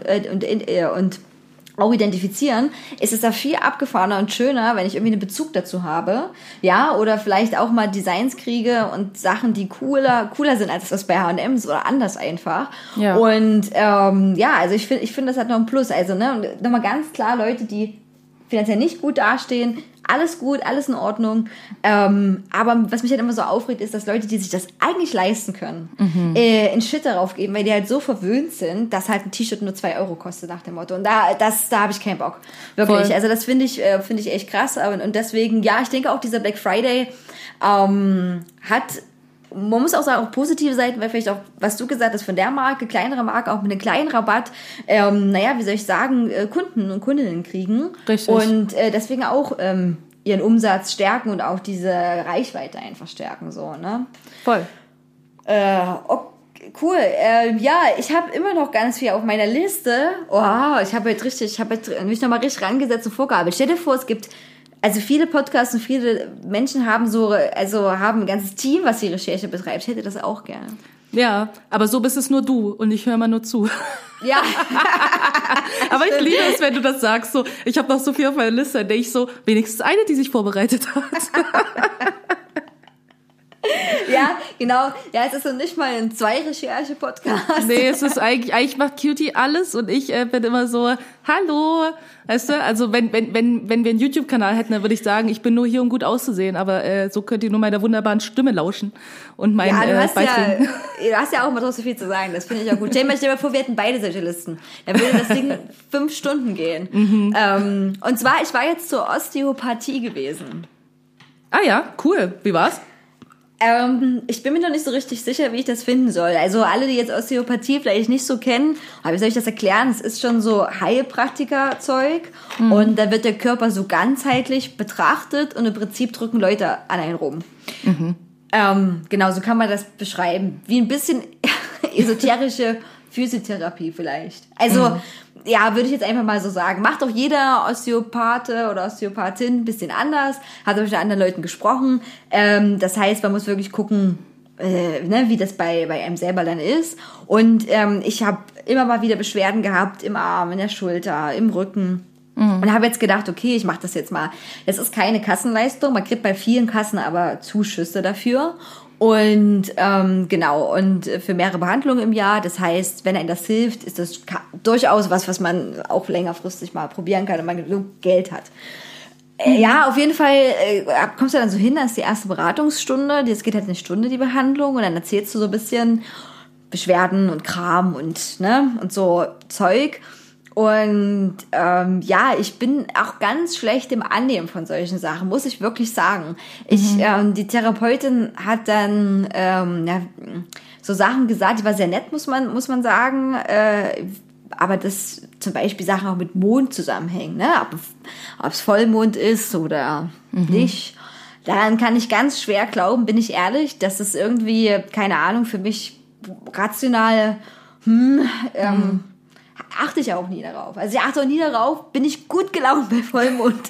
und auch identifizieren, ist es da viel abgefahrener und schöner, wenn ich irgendwie einen Bezug dazu habe, ja, oder vielleicht auch mal Designs kriege und Sachen, die cooler sind als das bei H&M ist oder anders einfach. Ja. Und also ich finde, das hat noch ein Plus. Also ne, und nochmal ganz klar, Leute, die finanziell nicht gut dastehen. Alles gut, alles in Ordnung. Aber was mich halt immer so aufregt, ist, dass Leute, die sich das eigentlich leisten können, in Shit darauf geben, weil die halt so verwöhnt sind, dass halt ein T-Shirt nur 2 Euro kostet nach dem Motto. Und da habe ich keinen Bock. Wirklich. Voll. Also das finde ich echt krass. Und deswegen, ja, ich denke auch, dieser Black Friday hat, man muss auch sagen, auch positive Seiten, weil vielleicht auch, was du gesagt hast, von der Marke, kleinere Marke, auch mit einem kleinen Rabatt, wie soll ich sagen, Kunden und Kundinnen kriegen. Richtig. Und deswegen auch ihren Umsatz stärken und auch diese Reichweite einfach stärken, so, ne? Voll. Cool. Ich habe immer noch ganz viel auf meiner Liste. Ich habe mich nochmal richtig rangesetzt und vorgearbeitet. Stell dir vor, es gibt, also viele Podcasts und viele Menschen haben haben ein ganzes Team, was die Recherche betreibt. Ich hätte das auch gerne. Ja, aber so bist es nur du und ich höre immer nur zu. Ja. Aber ich liebe es, wenn du das sagst. So, ich habe noch so viel auf meiner Liste, dann denke ich so, wenigstens eine, die sich vorbereitet hat. Ja, genau. Ja, es ist so nicht mal ein 2-Recherche-Podcast. Nee, es ist eigentlich macht Cutie alles und ich bin immer so, hallo, weißt du? Also wenn wir einen YouTube-Kanal hätten, dann würde ich sagen, ich bin nur hier, um gut auszusehen, aber so könnt ihr nur meiner wunderbaren Stimme lauschen und meinen Beiträgen. Du hast ja auch immer so viel zu sagen, das finde ich auch gut. Stell dir mal vor, wir hätten beide solche Listen. Dann würde das Ding 5 Stunden gehen. Und zwar, ich war jetzt zur Osteopathie gewesen. Ah ja, cool. Wie war's? Ich bin mir noch nicht so richtig sicher, wie ich das finden soll. Also alle, die jetzt Osteopathie vielleicht nicht so kennen, aber wie soll ich das erklären? Es ist schon so Heilpraktiker-Zeug und da wird der Körper so ganzheitlich betrachtet und im Prinzip drücken Leute an einen rum. Genau, so kann man das beschreiben. Wie ein bisschen esoterische Physiotherapie vielleicht. Also, ja, würde ich jetzt einfach mal so sagen. Macht doch jeder Osteopathe oder Osteopathin ein bisschen anders. Hat auch mit anderen Leuten gesprochen. Das heißt, man muss wirklich gucken, wie das bei einem selber dann ist. Und ich habe immer mal wieder Beschwerden gehabt im Arm, in der Schulter, im Rücken. Und habe jetzt gedacht, okay, ich mache das jetzt mal. Es ist keine Kassenleistung. Man kriegt bei vielen Kassen aber Zuschüsse dafür. Und genau, und für mehrere Behandlungen im Jahr. Das heißt, wenn einem das hilft, ist das durchaus was man auch längerfristig mal probieren kann, wenn man genug Geld hat. Ja, auf jeden Fall kommst du dann so hin, das ist die erste Beratungsstunde. Das geht halt eine Stunde, die Behandlung. Und dann erzählst du so ein bisschen Beschwerden und Kram und so Zeug. Und ich bin auch ganz schlecht im Annehmen von solchen Sachen, muss ich wirklich sagen. Die Therapeutin hat dann so Sachen gesagt, die war sehr nett, muss man sagen. Aber das zum Beispiel Sachen auch mit Mond zusammenhängen, ne? Ob es Vollmond ist oder nicht. Daran kann ich ganz schwer glauben, bin ich ehrlich, dass es irgendwie, keine Ahnung, für mich rational achte ich auch nie darauf. Also ich achte auch nie darauf, bin ich gut gelaunt bei Vollmond.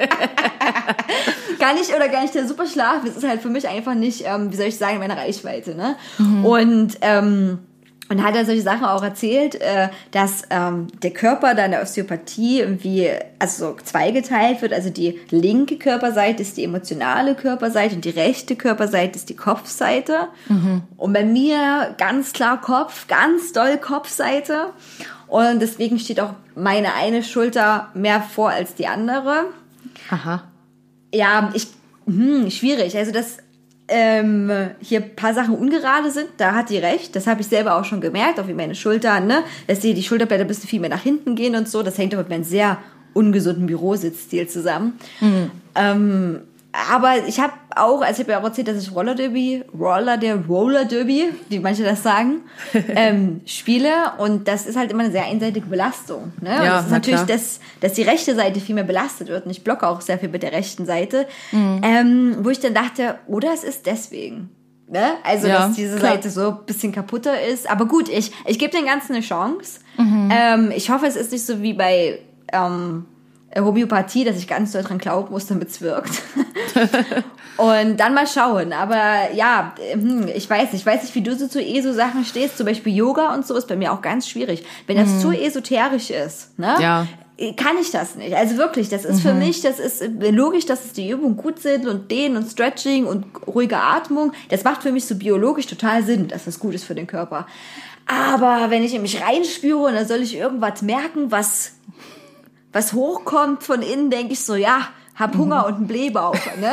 Gar nicht der Superschlaf, das ist halt für mich einfach nicht, wie soll ich sagen, meine Reichweite, ne? Und hat er solche Sachen auch erzählt, dass der Körper dann der Osteopathie irgendwie so zweigeteilt wird. Also die linke Körperseite ist die emotionale Körperseite und die rechte Körperseite ist die Kopfseite. Und bei mir ganz klar Kopf, ganz doll Kopfseite. Und deswegen steht auch meine eine Schulter mehr vor als die andere. Aha. Ja, schwierig. Also das hier ein paar Sachen ungerade sind, da hat die recht. Das habe ich selber auch schon gemerkt, auch wie meine Schultern, ne? Dass die Schulterblätter ein bisschen viel mehr nach hinten gehen und so. Das hängt auch mit meinem sehr ungesunden Bürositzstil zusammen. Aber ich habe auch, also ich habe ja auch erzählt, dass ich Roller Derby, wie manche das sagen, spiele. Und das ist halt immer eine sehr einseitige Belastung. Ne? Und Ja, das ist natürlich, dass die rechte Seite viel mehr belastet wird. Und ich blocke auch sehr viel mit der rechten Seite. Wo ich dann dachte, oder es ist deswegen. Ne? Also, Ja, dass diese klar. Seite so ein bisschen kaputter ist. Aber gut, ich gebe dem Ganzen eine Chance. Ich hoffe, es ist nicht so wie bei Homöopathie, dass ich ganz doll dran glauben muss, damit es wirkt. Und dann mal schauen. Aber ja, ich weiß nicht, wie du so zu ESO-Sachen stehst. Zum Beispiel Yoga und so ist bei mir auch ganz schwierig. Wenn das zu esoterisch ist, ne? Ja. Kann ich das nicht. Also wirklich, das ist für mich, das ist logisch, dass es die Übungen gut sind und Dehnen und Stretching und ruhige Atmung. Das macht für mich so biologisch total Sinn, dass das gut ist für den Körper. Aber wenn ich in mich reinspüre und dann soll ich irgendwas merken, was was hochkommt von innen, denke ich so, ja, hab Hunger und einen Blähbauch, ne?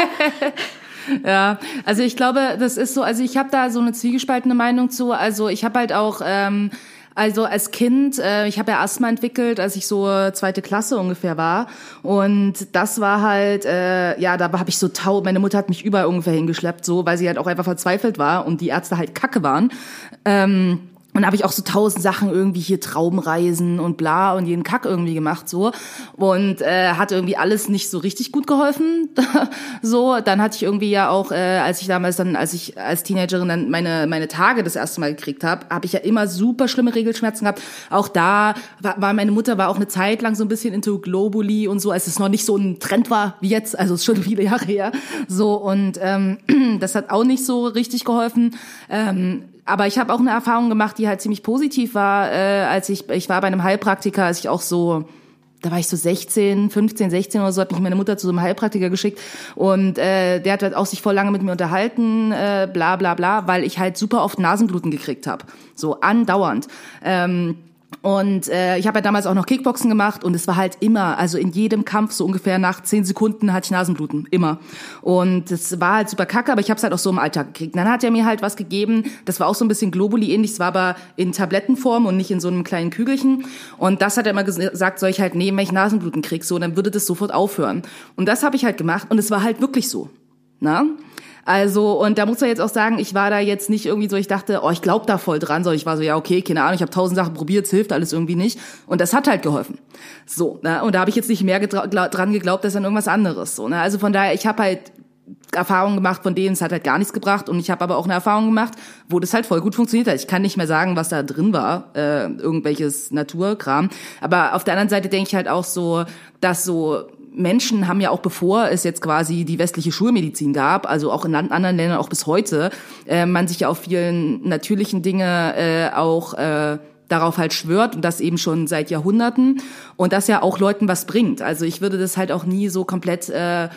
Ja, also ich glaube, das ist so, also ich habe da so eine zwiegespaltene Meinung zu. Also ich habe halt auch, also als Kind, ich habe ja Asthma entwickelt, als ich so 2. Klasse ungefähr war. Und das war halt, ja, da habe ich so meine Mutter hat mich überall ungefähr hingeschleppt, so, weil sie halt auch einfach verzweifelt war und die Ärzte halt kacke waren. Und da habe ich auch so 1000 Sachen irgendwie hier Traumreisen und bla und jeden Kack irgendwie gemacht so und hat irgendwie alles nicht so richtig gut geholfen. So, dann hatte ich irgendwie ja auch, als ich als Teenagerin dann meine Tage das erste Mal gekriegt habe ich ja immer super schlimme Regelschmerzen gehabt. Auch da war meine Mutter war auch eine Zeit lang so ein bisschen into Globuli und so, als es noch nicht so ein Trend war wie jetzt, also es ist schon viele Jahre her. So und das hat auch nicht so richtig geholfen. Aber ich habe auch eine Erfahrung gemacht, die halt ziemlich positiv war, als ich war bei einem Heilpraktiker, als ich auch so, da war ich so 15, 16 oder so, hat mich meine Mutter zu so einem Heilpraktiker geschickt und der hat halt auch sich voll lange mit mir unterhalten, bla bla bla, weil ich halt super oft Nasenbluten gekriegt habe, so andauernd. Und ich habe ja damals auch noch Kickboxen gemacht und es war halt immer, also in jedem Kampf so ungefähr nach 10 Sekunden hatte ich Nasenbluten, immer. Und es war halt super kacke, aber ich habe es halt auch so im Alltag gekriegt. Und dann hat er mir halt was gegeben, das war auch so ein bisschen Globuli-ähnlich, es war aber in Tablettenform und nicht in so einem kleinen Kügelchen. Und das hat er immer gesagt, soll ich halt nehmen, wenn ich Nasenbluten krieg, so, dann würde das sofort aufhören. Und das habe ich halt gemacht und es war halt wirklich so, na? Also, und da muss man jetzt auch sagen, ich war da jetzt nicht irgendwie so, ich dachte, ich glaube da voll dran, sondern ich war so, ja, okay, keine Ahnung, ich habe 1000 Sachen probiert, es hilft alles irgendwie nicht. Und das hat halt geholfen. So, ne? Und da habe ich jetzt nicht mehr dran geglaubt, als an irgendwas anderes. So, ne? Also von daher, ich habe halt Erfahrungen gemacht, von denen es hat halt gar nichts gebracht. Und ich habe aber auch eine Erfahrung gemacht, wo das halt voll gut funktioniert hat. Ich kann nicht mehr sagen, was da drin war, irgendwelches Naturkram. Aber auf der anderen Seite denke ich halt auch so, dass so Menschen haben ja auch, bevor es jetzt quasi die westliche Schulmedizin gab, also auch in anderen Ländern, auch bis heute, man sich ja auf vielen natürlichen Dinge auch darauf halt schwört und das eben schon seit Jahrhunderten und das ja auch Leuten was bringt. Also ich würde das halt auch nie so komplett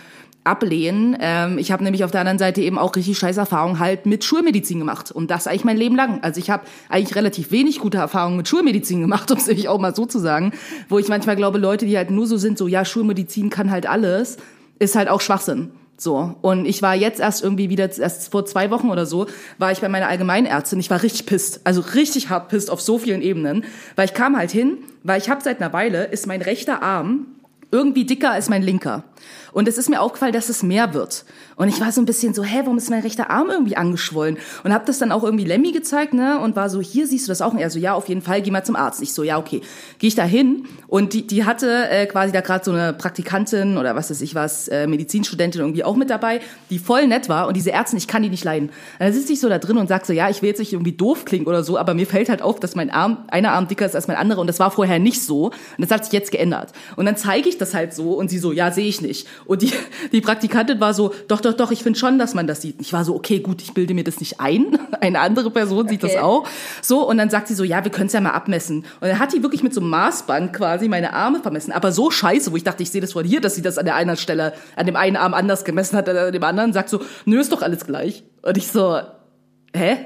ablehnen. Ich habe nämlich auf der anderen Seite eben auch richtig scheiß Erfahrungen halt mit Schulmedizin gemacht und das eigentlich mein Leben lang. Also ich habe eigentlich relativ wenig gute Erfahrungen mit Schulmedizin gemacht, um es nämlich auch mal so zu sagen, wo ich manchmal glaube, Leute, die halt nur so sind, so ja, Schulmedizin kann halt alles, ist halt auch Schwachsinn. So, und ich war jetzt erst vor 2 Wochen oder so, war ich bei meiner Allgemeinärztin, ich war richtig pisst, also richtig hart pisst auf so vielen Ebenen, weil ich kam halt hin, weil ich habe seit einer Weile, ist mein rechter Arm irgendwie dicker als mein linker. Und es ist mir aufgefallen, dass es mehr wird. Und ich war so ein bisschen so, warum ist mein rechter Arm irgendwie angeschwollen? Und habe das dann auch irgendwie Lemmy gezeigt, ne? Und war so, hier siehst du das auch? Und er so, ja, auf jeden Fall, geh mal zum Arzt. Ich so, ja, okay. Gehe ich da hin und die hatte quasi da gerade so eine Praktikantin oder was weiß ich was, Medizinstudentin irgendwie auch mit dabei, die voll nett war. Und diese Ärztin, ich kann die nicht leiden. Und dann sitze ich so da drin und sag so, ja, ich will jetzt nicht irgendwie doof klingen oder so, aber mir fällt halt auf, dass mein einer Arm dicker ist als mein anderer. Und das war vorher nicht so. Und das hat sich jetzt geändert. Und dann zeige ich das halt so und sie so, ja, sehe ich nicht. Und die Praktikantin war so, doch, ich finde schon, dass man das sieht. Ich war so, okay, gut, ich bilde mir das nicht ein. Eine andere Person sieht das auch. So, und dann sagt sie so, ja, wir können es ja mal abmessen. Und dann hat die wirklich mit so einem Maßband quasi meine Arme vermessen. Aber so scheiße, wo ich dachte, ich sehe das von hier, dass sie das an der einen Stelle, an dem einen Arm anders gemessen hat, an dem anderen, sagt so, nö, ist doch alles gleich. Und ich so, hä?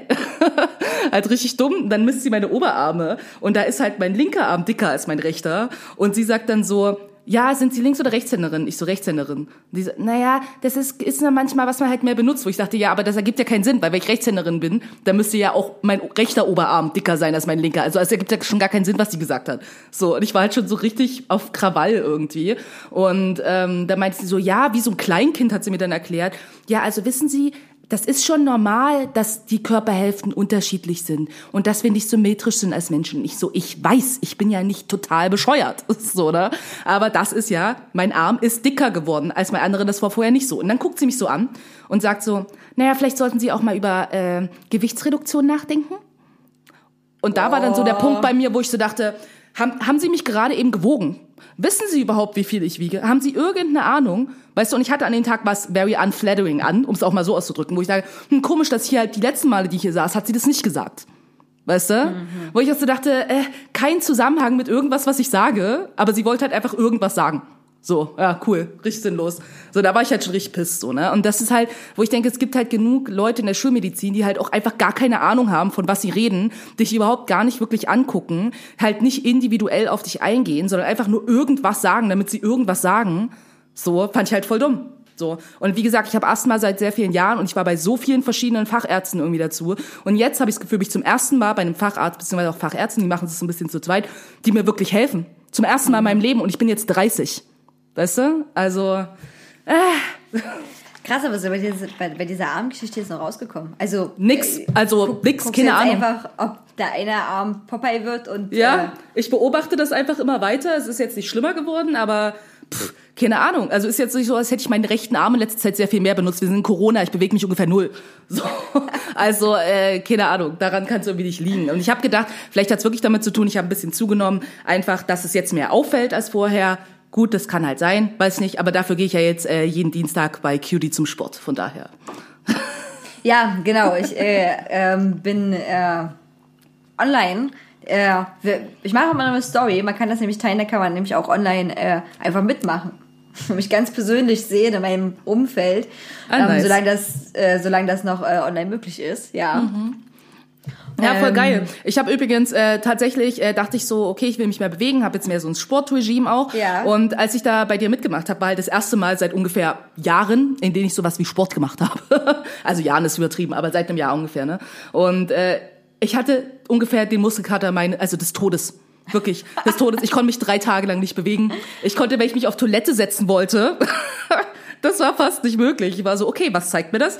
Halt richtig dumm. Und dann misst sie meine Oberarme. Und da ist halt mein linker Arm dicker als mein rechter. Und sie sagt dann so, ja, sind Sie Links- oder Rechtshänderin? Ich so, Rechtshänderin. Die so, naja, das ist nur manchmal, was man halt mehr benutzt. Wo ich dachte, ja, aber das ergibt ja keinen Sinn, weil wenn ich Rechtshänderin bin, dann müsste ja auch mein rechter Oberarm dicker sein als mein linker. Also es ergibt ja schon gar keinen Sinn, was sie gesagt hat. So, und ich war halt schon so richtig auf Krawall irgendwie. Und da meinte sie so, ja, wie so ein Kleinkind hat sie mir dann erklärt. Ja, also wissen Sie, das ist schon normal, dass die Körperhälften unterschiedlich sind und dass wir nicht symmetrisch sind als Menschen. Ich weiß, ich bin ja nicht total bescheuert, so, oder? Aber das ist ja, mein Arm ist dicker geworden als mein anderer, das war vorher nicht so. Und dann guckt sie mich so an und sagt so, naja, vielleicht sollten Sie auch mal über Gewichtsreduktion nachdenken. Und da war dann so der Punkt bei mir, wo ich so dachte, haben Sie mich gerade eben gewogen? Wissen Sie überhaupt, wie viel ich wiege? Haben Sie irgendeine Ahnung? Weißt du, und ich hatte an dem Tag was very unflattering an, um es auch mal so auszudrücken, wo ich sage, komisch, dass hier halt die letzten Male, die ich hier saß, hat sie das nicht gesagt. Weißt du? Mhm. Wo ich auch so dachte, kein Zusammenhang mit irgendwas, was ich sage, aber sie wollte halt einfach irgendwas sagen. So, ja, cool, richtig sinnlos. So, da war ich halt schon richtig pisst, so, ne? Und das ist halt, wo ich denke, es gibt halt genug Leute in der Schulmedizin, die halt auch einfach gar keine Ahnung haben, von was sie reden, dich überhaupt gar nicht wirklich angucken, halt nicht individuell auf dich eingehen, sondern einfach nur irgendwas sagen, damit sie irgendwas sagen. So, fand ich halt voll dumm. So. Und wie gesagt, ich habe Asthma seit sehr vielen Jahren und ich war bei so vielen verschiedenen Fachärzten irgendwie dazu. Und jetzt habe ich das Gefühl, bin ich zum ersten Mal bei einem Facharzt, beziehungsweise auch Fachärzten, die machen es so ein bisschen zu zweit, die mir wirklich helfen. Zum ersten Mal in meinem Leben und ich bin jetzt 30. Weißt du? Also, Krass, aber so bei dieser Armgeschichte ist noch rausgekommen. Also nix, guckst keine Ahnung. Einfach, ob der eine Arm Popeye wird und ja, ich beobachte das einfach immer weiter. Es ist jetzt nicht schlimmer geworden, aber keine Ahnung. Also ist jetzt nicht so, als hätte ich meinen rechten Arm in letzter Zeit sehr viel mehr benutzt. Wir sind in Corona, ich bewege mich ungefähr 0. So. Also, keine Ahnung, daran kann es irgendwie nicht liegen. Und ich habe gedacht, vielleicht hat es wirklich damit zu tun, ich habe ein bisschen zugenommen, einfach, dass es jetzt mehr auffällt als vorher. Gut, das kann halt sein, weiß nicht, aber dafür gehe ich ja jetzt jeden Dienstag bei Cutie zum Sport, von daher. Ja, genau, ich bin online. Ich mache auch mal eine Story, man kann das nämlich teilen, da kann man nämlich auch online einfach mitmachen. Mich ganz persönlich sehen in meinem Umfeld, nice. solange das noch online möglich ist, ja. Mhm. Ja, voll geil. Ich habe übrigens tatsächlich, dachte ich so, okay, ich will mich mehr bewegen, habe jetzt mehr so ein Sportregime auch. Ja. Und als ich da bei dir mitgemacht habe, war halt das erste Mal seit ungefähr Jahren, in denen ich sowas wie Sport gemacht habe. Also Jahren ist übertrieben, aber seit einem Jahr ungefähr, ne? Und ich hatte ungefähr den Muskelkater des Todes. Wirklich, des Todes. Ich konnte mich 3 Tage lang nicht bewegen. Ich konnte, wenn ich mich auf Toilette setzen wollte, das war fast nicht möglich. Ich war so, okay, was zeigt mir das?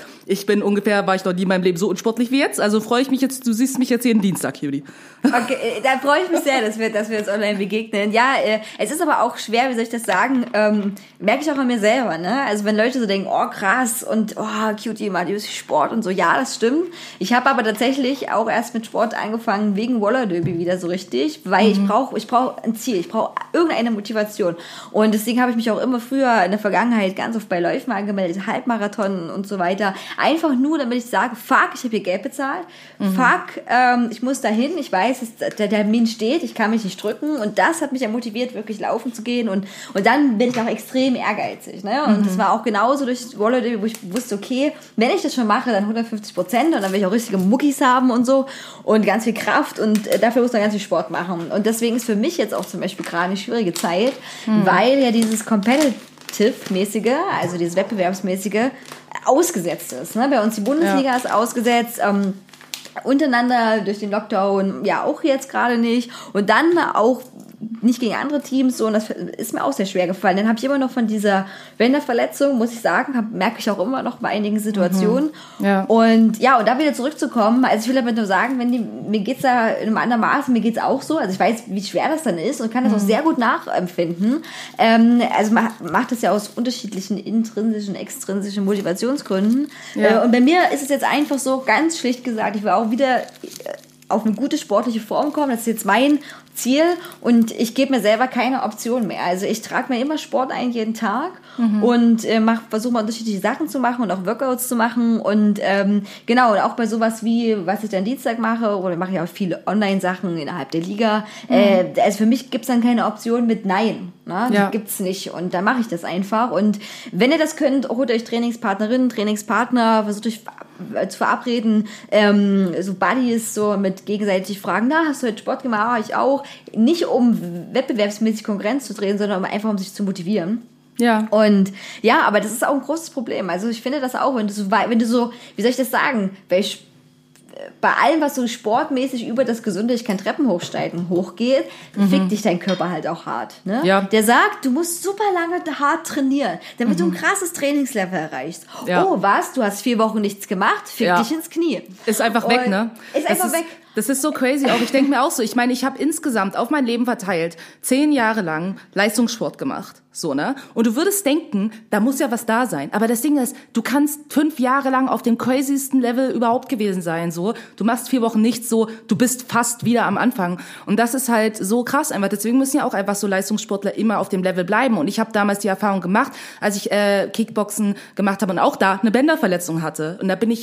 War ich noch nie in meinem Leben so unsportlich wie jetzt. Also freue ich mich jetzt, du siehst mich jetzt jeden Dienstag, Judy. Okay, da freue ich mich sehr, dass wir uns online begegnen. Ja, es ist aber auch schwer, wie soll ich das sagen, merke ich auch an mir selber, ne? Also wenn Leute so denken, oh krass und oh Cutie, mal Sport und so, ja, das stimmt. Ich habe aber tatsächlich auch erst mit Sport angefangen wegen Roller Derby wieder so richtig, weil ich brauche ein Ziel, ich brauche irgendeine Motivation. Und deswegen habe ich mich auch immer früher in der Vergangenheit ganz oft bei Läufen angemeldet, Halbmarathon und so weiter. Einfach nur, damit ich sage, fuck, ich habe hier Geld bezahlt, fuck, ich muss dahin, ich weiß, der Termin steht, ich kann mich nicht drücken und das hat mich ja motiviert, wirklich laufen zu gehen und dann bin ich auch extrem ehrgeizig, ne? Und das war auch genauso durch Roller Derby, wo ich wusste, okay, wenn ich das schon mache, dann 150% und dann will ich auch richtige Muckis haben und so und ganz viel Kraft und dafür muss man ganz viel Sport machen und deswegen ist für mich jetzt auch zum Beispiel gerade eine schwierige Zeit, weil ja dieses Competitive-mäßige, also dieses Wettbewerbsmäßige ausgesetzt ist, ne? Bei uns die Bundesliga ist ausgesetzt, untereinander durch den Lockdown ja auch jetzt gerade nicht und dann auch nicht gegen andere Teams so und das ist mir auch sehr schwer gefallen. Dann habe ich immer noch von dieser Bänderverletzung, muss ich sagen, merke ich auch immer noch bei einigen Situationen. Ja. Und ja, und da wieder zurückzukommen, also ich will damit nur sagen, mir geht's da in einem anderen Maße, mir geht's auch so, also ich weiß, wie schwer das dann ist und kann das auch sehr gut nachempfinden. Also man macht das ja aus unterschiedlichen intrinsischen, extrinsischen Motivationsgründen. Ja. Und bei mir ist es jetzt einfach so, ganz schlicht gesagt, ich will auch wieder auf eine gute sportliche Form kommen, das ist jetzt mein Ziel und ich gebe mir selber keine Option mehr. Also ich trage mir immer Sport ein jeden Tag und versuche mal unterschiedliche Sachen zu machen und auch Workouts zu machen und genau, und auch bei sowas wie, was ich dann Dienstag mache oder mache ich auch viele Online-Sachen innerhalb der Liga. Also für mich gibt's dann keine Option mit Nein. Ne? Die gibt's nicht und dann mache ich das einfach und wenn ihr das könnt, holt euch Trainingspartnerinnen, Trainingspartner, versucht euch zu verabreden, so Buddies, so mit gegenseitig fragen, na, hast du heute Sport gemacht? Ich auch. Nicht um wettbewerbsmäßig Konkurrenz zu drehen, sondern einfach um sich zu motivieren. Ja. Und ja, aber das ist auch ein großes Problem. Also ich finde das auch, wenn du so, wie soll ich das sagen, bei allem, was so sportmäßig über das Gesunde, ich kann Treppen hochsteigen, hochgeht, fickt dich dein Körper halt auch hart. Ne? Ja. Der sagt, du musst super lange hart trainieren, damit du ein krasses Trainingslevel erreichst. Ja. Oh, was? Du hast 4 Wochen nichts gemacht? Fick dich ins Knie. Ist einfach weg, ne? Ist einfach weg. Das ist so crazy auch. Ich denke mir auch so, ich meine, ich habe insgesamt auf mein Leben verteilt 10 Jahre lang Leistungssport gemacht. So, ne? Und du würdest denken, da muss ja was da sein. Aber das Ding ist, du kannst 5 Jahre lang auf dem crazysten Level überhaupt gewesen sein. So, du machst 4 Wochen nichts, so, du bist fast wieder am Anfang. Und das ist halt so krass einfach. Deswegen müssen ja auch einfach so Leistungssportler immer auf dem Level bleiben. Und ich habe damals die Erfahrung gemacht, als ich Kickboxen gemacht habe und auch da eine Bänderverletzung hatte. Und da bin ich ja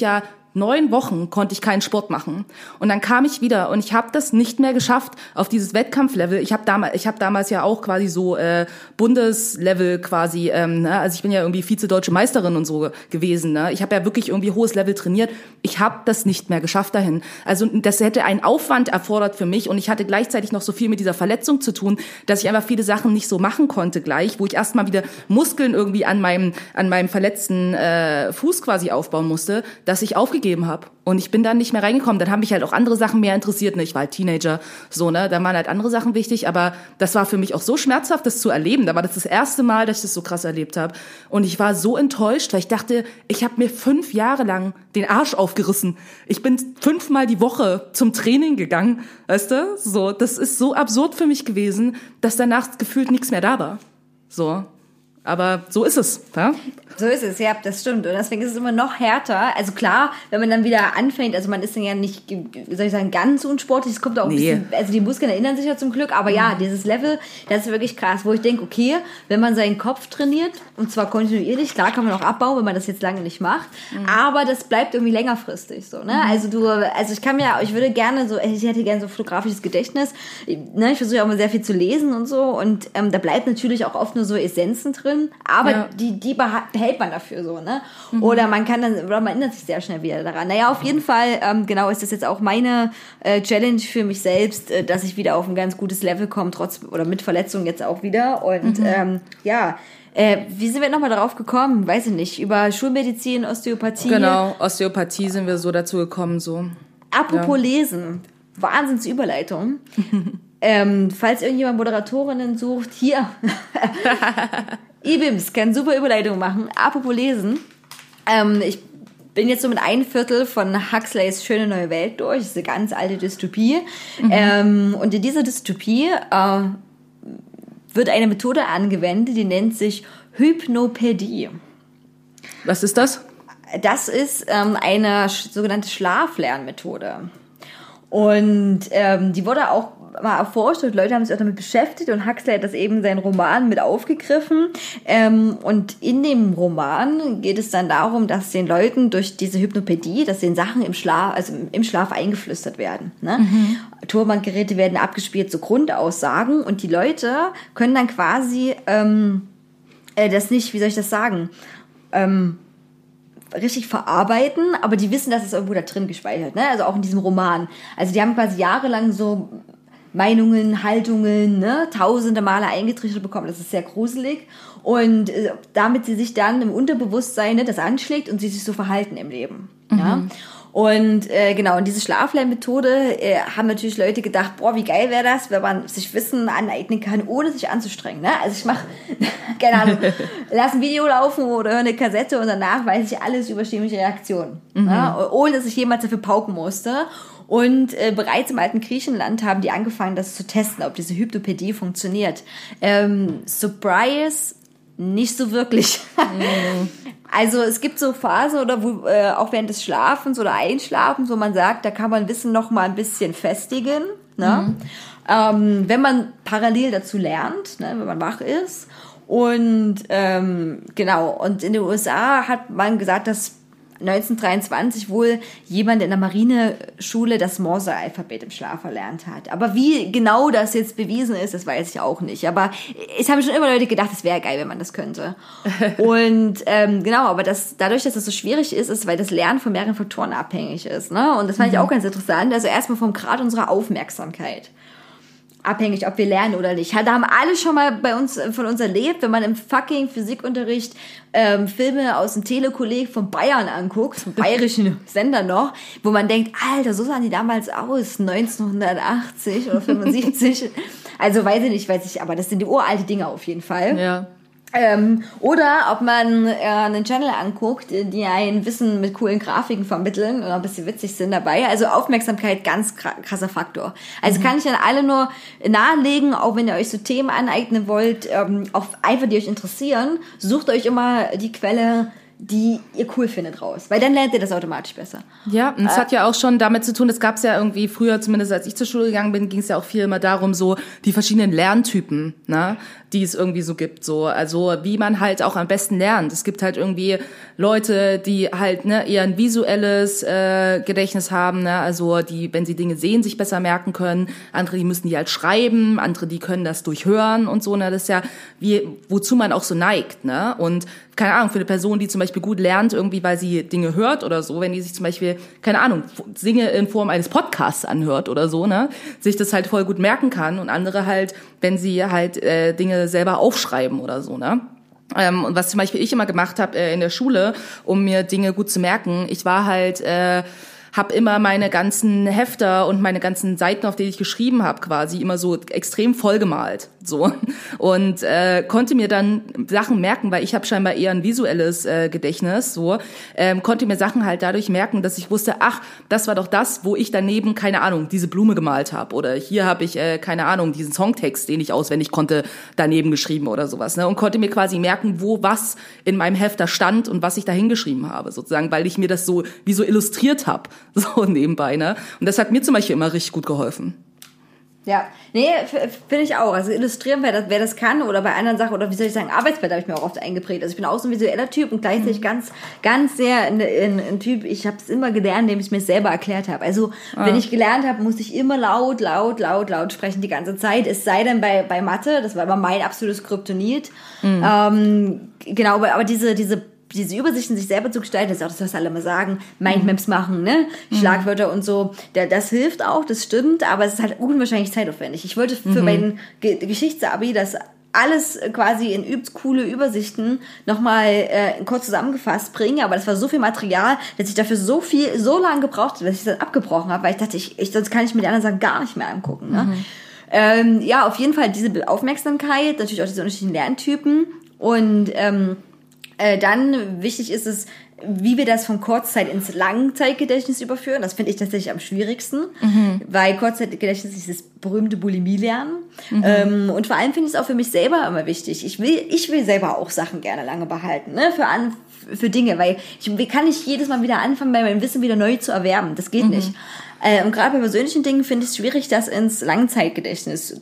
9 Wochen konnte ich keinen Sport machen. Und dann kam ich wieder und ich habe das nicht mehr geschafft auf dieses Wettkampflevel. Ich habe damals ja auch quasi so Bundeslevel quasi, also ich bin ja irgendwie Vize-Deutsche Meisterin und so gewesen. Ne? Ich habe ja wirklich irgendwie hohes Level trainiert. Ich habe das nicht mehr geschafft dahin. Also das hätte einen Aufwand erfordert für mich und ich hatte gleichzeitig noch so viel mit dieser Verletzung zu tun, dass ich einfach viele Sachen nicht so machen konnte gleich, wo ich erstmal wieder Muskeln irgendwie an meinem verletzten Fuß quasi aufbauen musste, dass ich aufgegeben habe. Und ich bin dann nicht mehr reingekommen. Dann haben mich halt auch andere Sachen mehr interessiert. Ne? Ich war halt Teenager, so, ne? Da waren halt andere Sachen wichtig. Aber das war für mich auch so schmerzhaft, das zu erleben. Da war das erste Mal, dass ich das so krass erlebt habe. Und ich war so enttäuscht, weil ich dachte, ich habe mir 5 Jahre lang den Arsch aufgerissen. Ich bin 5-mal die Woche zum Training gegangen, weißt du? So, das ist so absurd für mich gewesen, dass danach gefühlt nichts mehr da war. So. Aber so ist es, ja? So ist es, ja, das stimmt. Und deswegen ist es immer noch härter. Also klar, wenn man dann wieder anfängt, also man ist dann ja nicht, wie soll ich sagen, ganz unsportlich. Es kommt auch ein bisschen, also die Muskeln erinnern sich ja zum Glück. Aber ja, dieses Level, das ist wirklich krass, wo ich denke, okay, wenn man seinen Kopf trainiert, und zwar kontinuierlich, klar kann man auch abbauen, wenn man das jetzt lange nicht macht. Aber das bleibt irgendwie längerfristig so, ne? Also ich würde gerne so, ich hätte gerne so fotografisches Gedächtnis. Ne? Ich versuche auch mal sehr viel zu lesen und so. Und da bleibt natürlich auch oft nur so Essenzen drin. Aber die behält man dafür so, ne? Oder man erinnert sich sehr schnell wieder daran. Naja, auf jeden Fall, genau, ist das jetzt auch meine Challenge für mich selbst, dass ich wieder auf ein ganz gutes Level komme, oder mit Verletzungen jetzt auch wieder. Und wie sind wir nochmal darauf gekommen? Weiß ich nicht. Über Schulmedizin, Osteopathie. Genau, Osteopathie sind wir so dazu gekommen, so. Apropos Lesen. Wahnsinnsüberleitung. Falls irgendjemand Moderatorinnen sucht, hier. Ibims kann super Überleitung machen. Apropos Lesen. Ich bin jetzt so mit 1/4 von Huxleys Schöne neue Welt durch. Das ist eine ganz alte Dystopie. Und in dieser Dystopie wird eine Methode angewendet, die nennt sich Hypnopädie. Was ist das? Das ist eine sogenannte Schlaflernmethode. Und die wurde auch mal erforscht und Leute haben sich auch damit beschäftigt und Huxley hat das eben seinen Roman mit aufgegriffen. Und in dem Roman geht es dann darum, dass den Leuten durch diese Hypnopädie, dass den Sachen im Schlaf eingeflüstert werden. Ne? Tonbandgeräte werden abgespielt, so Grundaussagen und die Leute können dann quasi das nicht, wie soll ich das sagen, richtig verarbeiten, aber die wissen, dass es irgendwo da drin gespeichert, ne? Also auch in diesem Roman. Also die haben quasi jahrelang so Meinungen, Haltungen, ne, tausende Male eingetrichtert bekommen. Das ist sehr gruselig. Und damit sie sich dann im Unterbewusstsein, ne, das anschlägt und sie sich so verhalten im Leben. Ja? Und genau, und diese Schlaflernmethode haben natürlich Leute gedacht, boah, wie geil wäre das, wenn man sich Wissen aneignen kann, ohne sich anzustrengen. Ne? Also ich mache, keine Ahnung, lass ein Video laufen oder höre eine Kassette und danach weiß ich alles über chemische Reaktionen. Ne? Ohne dass ich jemals dafür pauken musste. Und bereits im alten Griechenland haben die angefangen, das zu testen, ob diese Hypnopädie funktioniert. Surprise, nicht so wirklich. Also es gibt so Phasen oder wo auch während des Schlafens oder Einschlafens, wo man sagt, da kann man Wissen noch mal ein bisschen festigen, ne? Wenn man parallel dazu lernt, ne, wenn man wach ist. Und genau, und in den USA hat man gesagt, dass 1923 wohl jemand in der Marineschule das Morse-Alphabet im Schlaf erlernt hat. Aber wie genau das jetzt bewiesen ist, das weiß ich auch nicht. Aber es haben schon immer Leute gedacht, es wäre geil, wenn man das könnte. Und genau, aber dadurch, dass das so schwierig ist, weil das Lernen von mehreren Faktoren abhängig ist. Ne? Und das fand ich auch ganz interessant. Also erstmal vom Grad unserer Aufmerksamkeit. Abhängig, ob wir lernen oder nicht. Da haben alle schon mal von uns erlebt, wenn man im fucking Physikunterricht Filme aus dem Telekolleg von Bayern anguckt, vom bayerischen Sender noch, wo man denkt, Alter, so sahen die damals aus, 1980 oder 75. Also weiß ich, aber das sind die uralte Dinge auf jeden Fall. Ja. Oder ob man einen Channel anguckt, die ein Wissen mit coolen Grafiken vermitteln oder ein bisschen witzig sind dabei. Also Aufmerksamkeit, ganz krasser Faktor. Also kann ich an alle nur nahelegen, auch wenn ihr euch so Themen aneignen wollt, auch einfach die euch interessieren, sucht euch immer die Quelle die ihr cool findet, raus. Weil dann lernt ihr das automatisch besser. Ja, und es hat ja auch schon damit zu tun, das gab es ja irgendwie früher, zumindest als ich zur Schule gegangen bin, ging es ja auch viel immer darum, so die verschiedenen Lerntypen, ne, die es irgendwie so gibt. So, also wie man halt auch am besten lernt. Es gibt halt irgendwie Leute, die halt eher ein visuelles Gedächtnis haben, ne, also die, wenn sie Dinge sehen, sich besser merken können. Andere, die müssen die halt schreiben, andere, die können das durchhören und so, ne, das ist ja wozu man auch so neigt, ne, und keine Ahnung, für eine Person, die zum Beispiel gut lernt, irgendwie, weil sie Dinge hört oder so, wenn die sich zum Beispiel, keine Ahnung, Dinge in Form eines Podcasts anhört oder so, ne, sich das halt voll gut merken kann, und andere halt, wenn sie halt Dinge selber aufschreiben oder so, ne. Und was zum Beispiel ich immer gemacht habe in der Schule, um mir Dinge gut zu merken, ich war halt habe immer meine ganzen Hefter und meine ganzen Seiten, auf denen ich geschrieben habe, quasi immer so extrem vollgemalt, so, und konnte mir dann Sachen merken, weil ich habe scheinbar eher ein visuelles Gedächtnis, so, konnte mir Sachen halt dadurch merken, dass ich wusste, ach, das war doch das, wo ich daneben, keine Ahnung, diese Blume gemalt habe, oder hier habe ich, keine Ahnung, diesen Songtext, den ich auswendig konnte, daneben geschrieben oder sowas, ne, und konnte mir quasi merken, wo was in meinem Hefter stand und was ich da hingeschrieben habe, sozusagen, weil ich mir das so wie so illustriert habe, so nebenbei, ne? Und das hat mir zum Beispiel immer richtig gut geholfen. Ja, nee, finde ich auch. Also illustrieren, wer das kann, oder bei anderen Sachen, oder wie soll ich sagen, Arbeitsblätter habe ich mir auch oft eingeprägt. Also ich bin auch so ein visueller Typ und gleichzeitig ganz sehr ein Typ, ich habe es immer gelernt, indem ich es mir selber erklärt habe. Also wenn ich gelernt habe, musste ich immer laut sprechen die ganze Zeit. Es sei denn bei Mathe, das war immer mein absolutes Kryptonit. Genau, aber diese Übersichten sich selber zu gestalten, das ist auch das, was alle mal sagen, Mindmaps machen, ne, Schlagwörter und so, das hilft auch, das stimmt, aber es ist halt unwahrscheinlich zeitaufwendig. Ich wollte für mein Geschichtsabi das alles quasi in übelst coole Übersichten nochmal kurz zusammengefasst bringen, aber das war so viel Material, dass ich dafür so lange gebraucht habe, dass ich das abgebrochen habe, weil ich dachte, sonst kann ich mir die anderen Sachen gar nicht mehr angucken, ne. Ja, auf jeden Fall diese Aufmerksamkeit, natürlich auch diese unterschiedlichen Lerntypen, und dann wichtig ist es, wie wir das von Kurzzeit ins Langzeitgedächtnis überführen. Das finde ich tatsächlich am schwierigsten, weil Kurzzeitgedächtnis ist das berühmte Bulimie-Lernen. Und vor allem finde ich es auch für mich selber immer wichtig. Ich will selber auch Sachen gerne lange behalten, ne? Für Dinge, weil ich kann nicht jedes Mal wieder anfangen, mein Wissen wieder neu zu erwerben. Das geht nicht. Und gerade bei persönlichen Dingen finde ich es schwierig, das ins Langzeitgedächtnis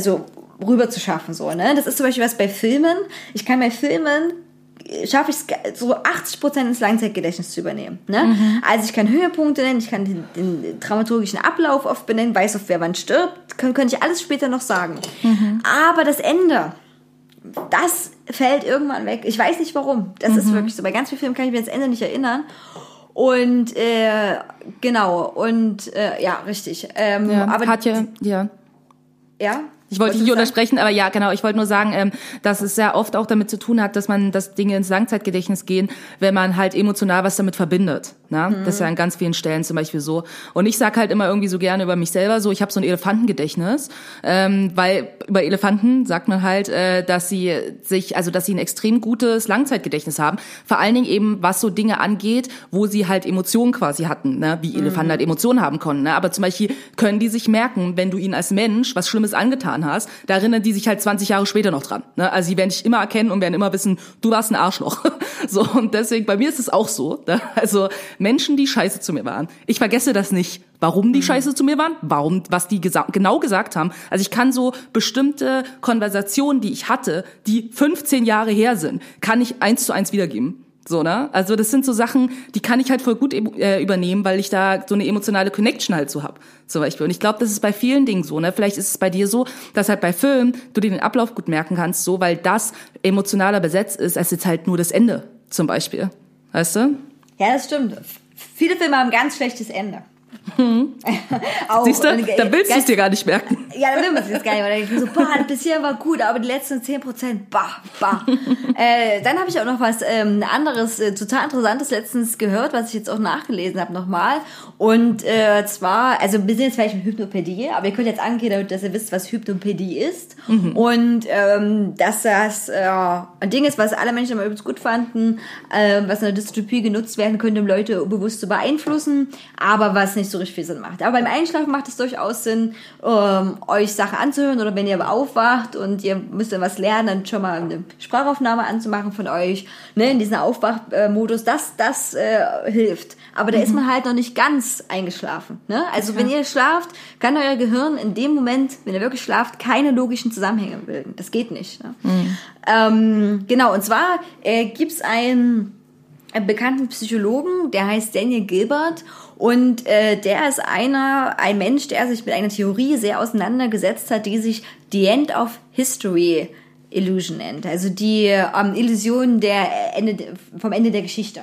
rüber zu schaffen, so, ne? Das ist zum Beispiel was bei Filmen. Ich kann bei Filmen schaffe ich es so 80% ins Langzeitgedächtnis zu übernehmen. Ne? Also ich kann Höhepunkte nennen, ich kann den dramaturgischen Ablauf oft benennen, weiß auf wer wann stirbt, könnte ich alles später noch sagen. Aber das Ende, das fällt irgendwann weg. Ich weiß nicht warum. Das ist wirklich so. Bei ganz vielen Filmen kann ich mir das Ende nicht erinnern. Und genau, und ja, richtig. Aber Katja, ja. Ja? Ich wollte dich nicht untersprechen, aber ja, genau. Ich wollte nur sagen, dass es sehr oft auch damit zu tun hat, dass Dinge ins Langzeitgedächtnis gehen, wenn man halt emotional was damit verbindet. Ne? Das ist ja an ganz vielen Stellen zum Beispiel so. Und ich sag halt immer irgendwie so gerne über mich selber so, ich habe so ein Elefantengedächtnis, weil über Elefanten sagt man halt, dass sie ein extrem gutes Langzeitgedächtnis haben. Vor allen Dingen eben, was so Dinge angeht, wo sie halt Emotionen quasi hatten, ne? Wie Elefanten halt Emotionen haben konnten. Ne? Aber zum Beispiel können die sich merken, wenn du ihnen als Mensch was Schlimmes angetan hast, da erinnern die sich halt 20 Jahre später noch dran. Ne? Also sie werden dich immer erkennen und werden immer wissen, du warst ein Arschloch. So, und deswegen, bei mir ist es auch so. Ne? Also Menschen, die scheiße zu mir waren. Ich vergesse das nicht, warum die scheiße zu mir waren, was die genau gesagt haben. Also ich kann so bestimmte Konversationen, die ich hatte, die 15 Jahre her sind, kann ich 1:1 wiedergeben. So, ne? Also das sind so Sachen, die kann ich halt voll gut übernehmen, weil ich da so eine emotionale Connection halt so hab, zum Beispiel. Und ich glaube, das ist bei vielen Dingen so, ne? Vielleicht ist es bei dir so, dass halt bei Filmen du dir den Ablauf gut merken kannst, so, weil das emotionaler besetzt ist, als jetzt halt nur das Ende, zum Beispiel. Weißt du? Ja, das stimmt. Viele Filme haben ein ganz schlechtes Ende. Siehst du, da willst du es dir gar nicht merken. Ja, da will man es jetzt gar nicht. Weil ich so, bis hier war gut, aber die letzten 10%, dann habe ich auch noch was anderes, total Interessantes letztens gehört, was ich jetzt auch nachgelesen habe nochmal. Und zwar, also wir sind jetzt vielleicht mit Hypnopädie, aber ihr könnt jetzt angehen, dass ihr wisst, was Hypnopädie ist. Und dass das ein Ding ist, was alle Menschen immer übelst gut fanden, was in der Dystopie genutzt werden könnte, um Leute bewusst zu beeinflussen, aber was nicht so richtig viel Sinn macht. Aber beim Einschlafen macht es durchaus Sinn, euch Sachen anzuhören oder wenn ihr aber aufwacht und ihr müsst dann was lernen, dann schon mal eine Sprachaufnahme anzumachen von euch, ne, in diesem Aufwachmodus, das hilft. Aber da ist man halt noch nicht ganz eingeschlafen. Ne? Also wenn ihr schlaft, kann euer Gehirn in dem Moment, wenn ihr wirklich schlaft, keine logischen Zusammenhänge bilden. Das geht nicht. Ne? Genau, und zwar gibt's einen bekannten Psychologen, der heißt Daniel Gilbert und der ist ein Mensch, der sich mit einer Theorie sehr auseinandergesetzt hat, die sich The End of History Illusion nennt. Also die Illusion vom Ende der Geschichte.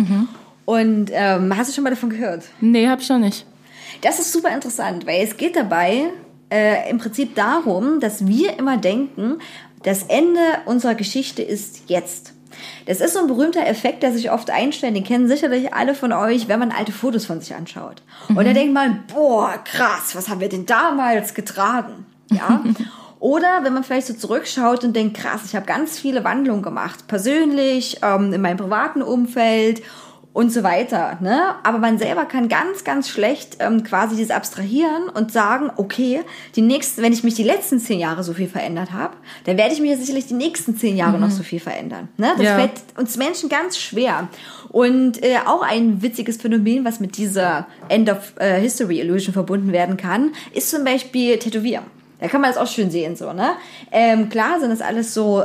Und hast du schon mal davon gehört? Nee, hab ich noch nicht. Das ist super interessant, weil es geht dabei im Prinzip darum, dass wir immer denken, das Ende unserer Geschichte ist jetzt. Das ist so ein berühmter Effekt, der sich oft einstellt, den kennen sicherlich alle von euch, wenn man alte Fotos von sich anschaut. Und da denkt man, boah, krass, was haben wir denn damals getragen? Ja. Oder wenn man vielleicht so zurückschaut und denkt, krass, ich habe ganz viele Wandlungen gemacht, persönlich, in meinem privaten Umfeld und so weiter, ne? Aber man selber kann ganz, ganz schlecht quasi das abstrahieren und sagen, okay, wenn ich mich die letzten 10 Jahre so viel verändert habe, dann werde ich mich ja sicherlich die nächsten 10 Jahre noch so viel verändern. Ne? Das fällt uns Menschen ganz schwer. Und auch ein witziges Phänomen, was mit dieser End of History Illusion verbunden werden kann, ist zum Beispiel Tätowieren. Da kann man das auch schön sehen, so, ne? Klar sind das alles so,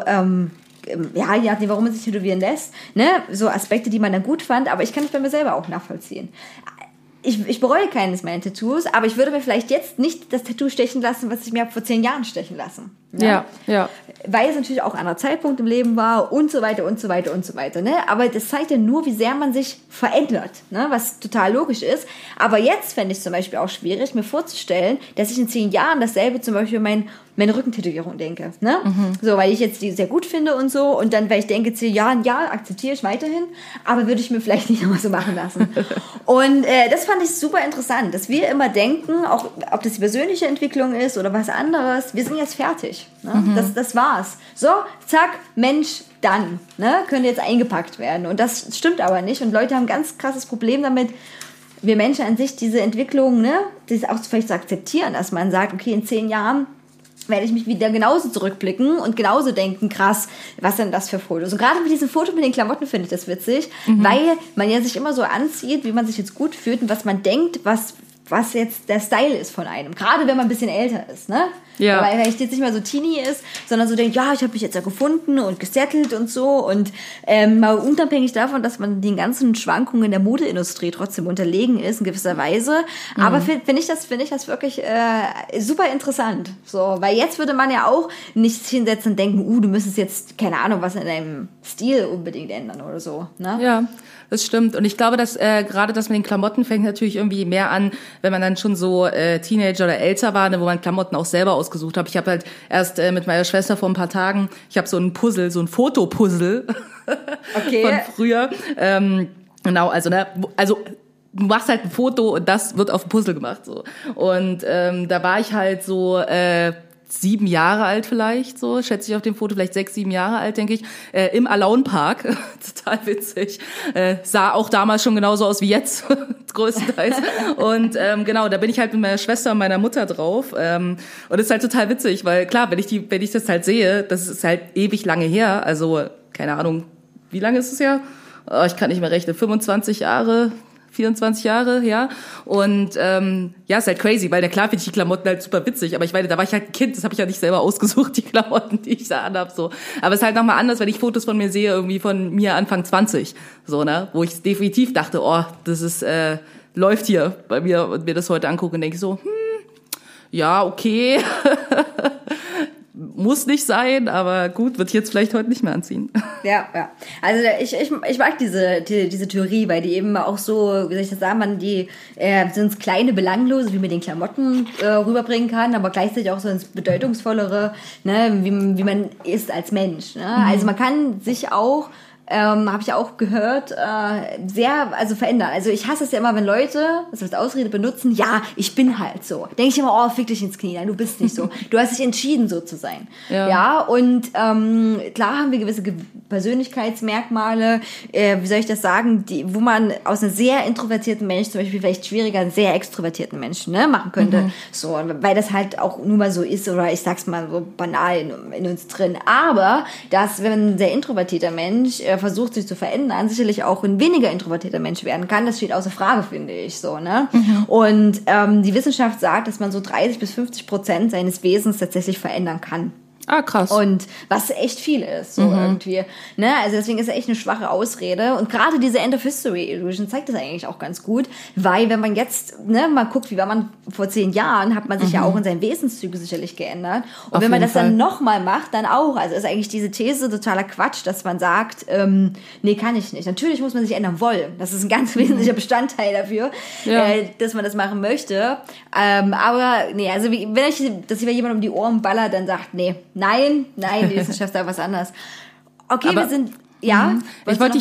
ja, je nachdem, warum man sich tätowieren lässt, ne? So Aspekte, die man dann gut fand, aber ich kann es bei mir selber auch nachvollziehen. Ich bereue keines meiner Tattoos, aber ich würde mir vielleicht jetzt nicht das Tattoo stechen lassen, was ich mir vor 10 Jahren stechen lassen. Ne? Ja. Weil es natürlich auch ein anderer Zeitpunkt im Leben war und so weiter und so weiter und so weiter. Ne? Aber das zeigt ja nur, wie sehr man sich verändert, ne? Was total logisch ist. Aber jetzt fände ich es zum Beispiel auch schwierig, mir vorzustellen, dass ich in 10 Jahren dasselbe zum Beispiel meine Rückentätowierung denke. Ne? So, weil ich jetzt die sehr gut finde und so. Und dann, weil ich denke, 10 Jahren, ja, akzeptiere ich weiterhin, aber würde ich mir vielleicht nicht nochmal so machen lassen. Und das fand ich super interessant, dass wir immer denken, auch ob das die persönliche Entwicklung ist oder was anderes, wir sind jetzt fertig. Ne? Das war's. So, zack, Mensch, dann. Ne? Können jetzt eingepackt werden. Und das stimmt aber nicht. Und Leute haben ein ganz krasses Problem damit, wir Menschen an sich diese Entwicklung, ne, das auch vielleicht zu akzeptieren, dass man sagt, okay, in 10 Jahren werde ich mich wieder genauso zurückblicken und genauso denken, krass, was denn das für Fotos? Und gerade mit diesem Foto mit den Klamotten finde ich das witzig, weil man ja sich immer so anzieht, wie man sich jetzt gut fühlt und was man denkt, was jetzt der Style ist von einem. Gerade wenn man ein bisschen älter ist, ne? Ja. Weil er jetzt nicht mehr so teeny ist, sondern so denkt, ja, ich habe mich jetzt ja gefunden und gesettelt und so. Und mal unabhängig davon, dass man den ganzen Schwankungen der Modeindustrie trotzdem unterlegen ist in gewisser Weise. Aber finde ich das wirklich super interessant. So, weil jetzt würde man ja auch nicht hinsetzen und denken, du müsstest jetzt, keine Ahnung, was in deinem Stil unbedingt ändern oder so. Ne? Ja. Das stimmt. Und ich glaube, dass gerade das mit den Klamotten fängt natürlich irgendwie mehr an, wenn man dann schon so Teenager oder älter war, ne, wo man Klamotten auch selber ausgesucht hat. Ich habe halt erst mit meiner Schwester vor ein paar Tagen, ich habe so ein Fotopuzzle von früher. Genau, also du machst halt ein Foto und das wird auf ein Puzzle gemacht. So. Und da war ich halt so 7 Jahre alt vielleicht, so schätze ich auf dem Foto, vielleicht 6, 7 Jahre alt, denke ich, im Alaun Park, total witzig, sah auch damals schon genauso aus wie jetzt, größtenteils, und genau, da bin ich halt mit meiner Schwester und meiner Mutter drauf, und das ist halt total witzig, weil klar, wenn ich das halt sehe, das ist halt ewig lange her, also, keine Ahnung, wie lange ist es her? Oh, ich kann nicht mehr rechnen, 25 Jahre, 24 Jahre, ja. Und ja, ist halt crazy, weil klar finde ich die Klamotten halt super witzig, aber ich meine, da war ich halt ein Kind, das habe ich ja nicht selber ausgesucht, die Klamotten, die ich da anhab, so. Aber es ist halt nochmal anders, wenn ich Fotos von mir sehe, irgendwie von mir Anfang 20, so, ne, wo ich definitiv dachte, das ist, läuft hier bei mir und mir das heute angucke und denke so, ja, okay, muss nicht sein, aber gut, wird jetzt vielleicht heute nicht mehr anziehen. Ja. Also ich mag diese Theorie, weil die eben auch so, wie soll ich das sagen, die sind kleine Belanglose, wie man den Klamotten rüberbringen kann, aber gleichzeitig auch so ins Bedeutungsvollere, ne, wie man ist als Mensch. Ne? Also man kann sich auch habe ich auch gehört, also verändern. Also ich hasse es ja immer, wenn Leute das als Ausrede benutzen, ja, ich bin halt so. Denke ich immer, oh, fick dich ins Knie, nein, du bist nicht so. Du hast dich entschieden, so zu sein. Ja, und klar haben wir gewisse Persönlichkeitsmerkmale, wie soll ich das sagen, wo man aus einem sehr introvertierten Mensch zum Beispiel vielleicht schwieriger einen sehr extrovertierten Menschen machen könnte. So, weil das halt auch nur mal so ist, oder ich sag's mal so banal in uns drin. Aber dass, wenn ein sehr introvertierter Mensch versucht, sich zu verändern, sicherlich auch ein weniger introvertierter Mensch werden kann, das steht außer Frage, finde ich, so, ne? Und die Wissenschaft sagt, dass man so 30-50% seines Wesens tatsächlich verändern kann. Ah, krass. Und was echt viel ist, so irgendwie. Ne? Also deswegen ist es echt eine schwache Ausrede. Und gerade diese End of History Illusion zeigt das eigentlich auch ganz gut, weil wenn man jetzt mal guckt, wie war man vor 10 Jahren, hat man sich ja auch in seinen Wesenszügen sicherlich geändert. Und wenn man das dann nochmal macht, dann auch. Also ist eigentlich diese These totaler Quatsch, dass man sagt, nee, kann ich nicht. Natürlich muss man sich ändern wollen. Das ist ein ganz wesentlicher Bestandteil dafür, dass man das machen möchte. Aber nee, also wenn ich jemand um die Ohren baller, dann sagt, Nein, die Wissenschaft sagt was anderes. Okay, aber wir sind, Ich wollte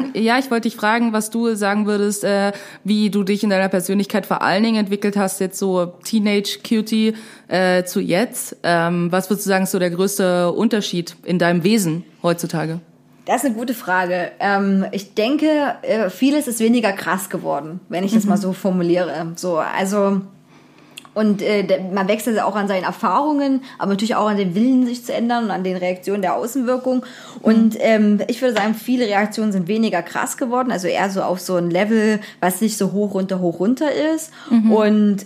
dich fragen, was du sagen würdest, wie du dich in deiner Persönlichkeit vor allen Dingen entwickelt hast, jetzt so Teenage-Cutie zu jetzt. Was würdest du sagen, ist so der größte Unterschied in deinem Wesen heutzutage? Das ist eine gute Frage. Ich denke, vieles ist weniger krass geworden, wenn ich das mal so formuliere. So, also... Und man wechselt auch an seinen Erfahrungen, aber natürlich auch an den Willen, sich zu ändern und an den Reaktionen der Außenwirkung. Und ich würde sagen, viele Reaktionen sind weniger krass geworden, also eher so auf so ein Level, was nicht so hoch, runter ist. Und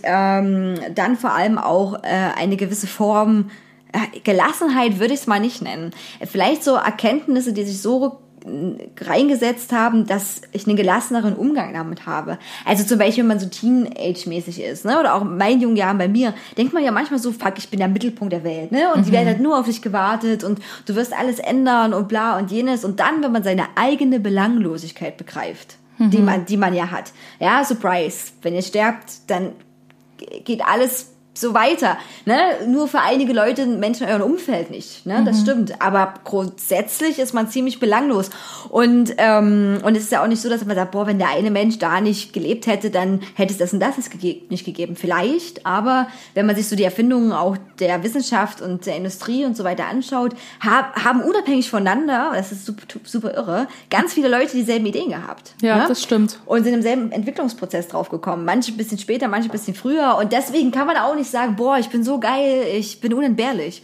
dann vor allem auch eine gewisse Form, Gelassenheit würde ich es mal nicht nennen. Vielleicht so Erkenntnisse, die sich so reingesetzt haben, dass ich einen gelasseneren Umgang damit habe. Also zum Beispiel, wenn man so Teenage-mäßig ist, ne, oder auch in meinen jungen Jahren bei mir, denkt man ja manchmal so, fuck, ich bin der Mittelpunkt der Welt, ne, und die Welt hat nur auf dich gewartet und du wirst alles ändern und bla und jenes. Und dann, wenn man seine eigene Belanglosigkeit begreift, die man ja hat. Ja, surprise. Wenn ihr sterbt, dann geht alles so weiter, ne? Nur für einige Leute, Menschen in eurem Umfeld nicht, ne? Das stimmt. Aber grundsätzlich ist man ziemlich belanglos. Und es ist ja auch nicht so, dass man sagt, boah, wenn der eine Mensch da nicht gelebt hätte, dann hätte es das und das nicht gegeben. Vielleicht, aber wenn man sich so die Erfindungen auch der Wissenschaft und der Industrie und so weiter anschaut, haben unabhängig voneinander, das ist super, super irre, ganz viele Leute dieselben Ideen gehabt. Ja, ne? Das stimmt. Und sind im selben Entwicklungsprozess draufgekommen. Manche ein bisschen später, manche ein bisschen früher. Und deswegen kann man auch nicht sagen, boah, ich bin so geil, ich bin unentbehrlich.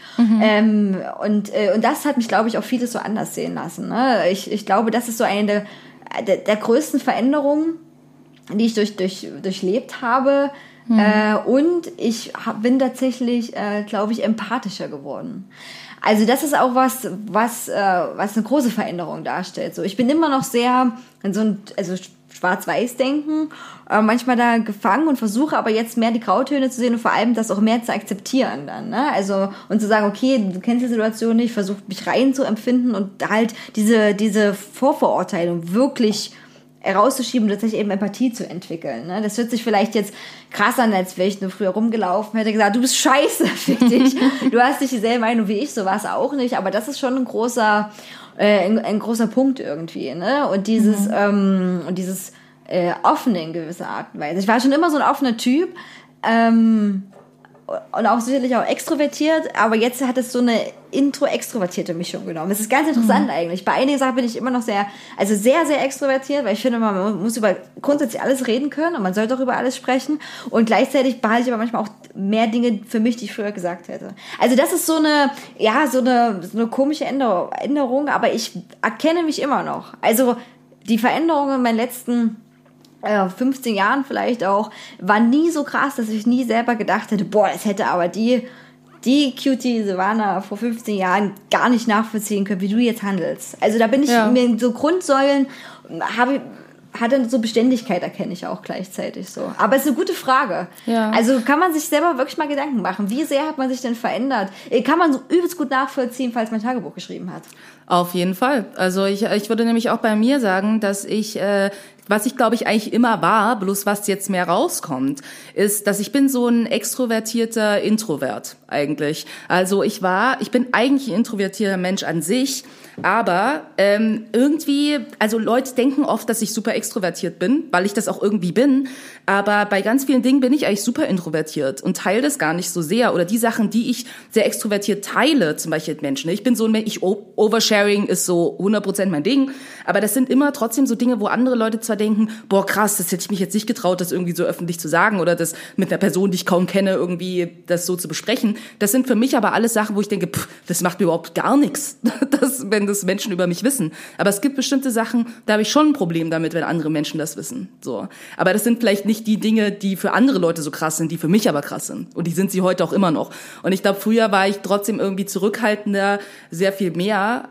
Und das hat mich, glaube ich, auch vieles so anders sehen lassen. Ne? Ich glaube, das ist so eine der größten Veränderungen, die ich durchlebt habe. Und ich bin tatsächlich, glaube ich, empathischer geworden. Also das ist auch was eine große Veränderung darstellt. So, ich bin immer noch sehr in so ein, Schwarz-Weiß-Denken, manchmal da gefangen und versuche aber jetzt mehr die Grautöne zu sehen und vor allem das auch mehr zu akzeptieren dann, ne? Also, und zu sagen, okay, du kennst die Situation nicht, versuch mich rein zu empfinden und halt diese Vorverurteilung wirklich herauszuschieben und tatsächlich eben Empathie zu entwickeln. Ne? Das hört sich vielleicht jetzt krass an, als wäre ich nur früher rumgelaufen, hätte gesagt, du bist scheiße, fick dich. Du hast nicht dieselbe Meinung wie ich, so war es auch nicht. Aber das ist schon ein großer Punkt irgendwie. Ne? Und dieses offene in gewisser Art und Weise. Ich war schon immer so ein offener Typ. Und auch sicherlich auch extrovertiert, aber jetzt hat es so eine intro-extrovertierte Mischung genommen. Das ist ganz interessant eigentlich. Bei einigen Sachen bin ich immer noch sehr, sehr extrovertiert, weil ich finde, man muss über grundsätzlich alles reden können und man sollte auch über alles sprechen. Und gleichzeitig behalte ich aber manchmal auch mehr Dinge für mich, die ich früher gesagt hätte. Also das ist so eine komische Änderung, aber ich erkenne mich immer noch. Also die Veränderungen in meinen letzten 15 Jahren vielleicht auch, war nie so krass, dass ich nie selber gedacht hätte, boah, das hätte aber die Cutie Silvana vor 15 Jahren gar nicht nachvollziehen können, wie du jetzt handelst. Also da bin ich mir so Grundsäulen, hat dann so Beständigkeit, erkenne ich auch gleichzeitig so. Aber es ist eine gute Frage. Ja. Also kann man sich selber wirklich mal Gedanken machen, wie sehr hat man sich denn verändert? Kann man so übelst gut nachvollziehen, falls man ein Tagebuch geschrieben hat. Auf jeden Fall. Also ich würde nämlich auch bei mir sagen, dass ich was ich, glaube ich, eigentlich immer war, bloß was jetzt mehr rauskommt, ist, dass ich bin so ein extrovertierter Introvert eigentlich. Also ich bin eigentlich ein introvertierter Mensch an sich, aber irgendwie, also Leute denken oft, dass ich super extrovertiert bin, weil ich das auch irgendwie bin, aber bei ganz vielen Dingen bin ich eigentlich super introvertiert und teile das gar nicht so sehr. Oder die Sachen, die ich sehr extrovertiert teile, zum Beispiel mit Menschen. Ich bin so ein Mensch, Oversharing ist so 100% mein Ding, aber das sind immer trotzdem so Dinge, wo andere Leute zwar denken, boah krass, das hätte ich mich jetzt nicht getraut, das irgendwie so öffentlich zu sagen oder das mit einer Person, die ich kaum kenne, irgendwie das so zu besprechen. Das sind für mich aber alles Sachen, wo ich denke, das macht mir überhaupt gar nichts, wenn das Menschen über mich wissen. Aber es gibt bestimmte Sachen, da habe ich schon ein Problem damit, wenn andere Menschen das wissen. So. Aber das sind vielleicht nicht die Dinge, die für andere Leute so krass sind, die für mich aber krass sind. Und die sind sie heute auch immer noch. Und ich glaube, früher war ich trotzdem irgendwie zurückhaltender, sehr viel mehr.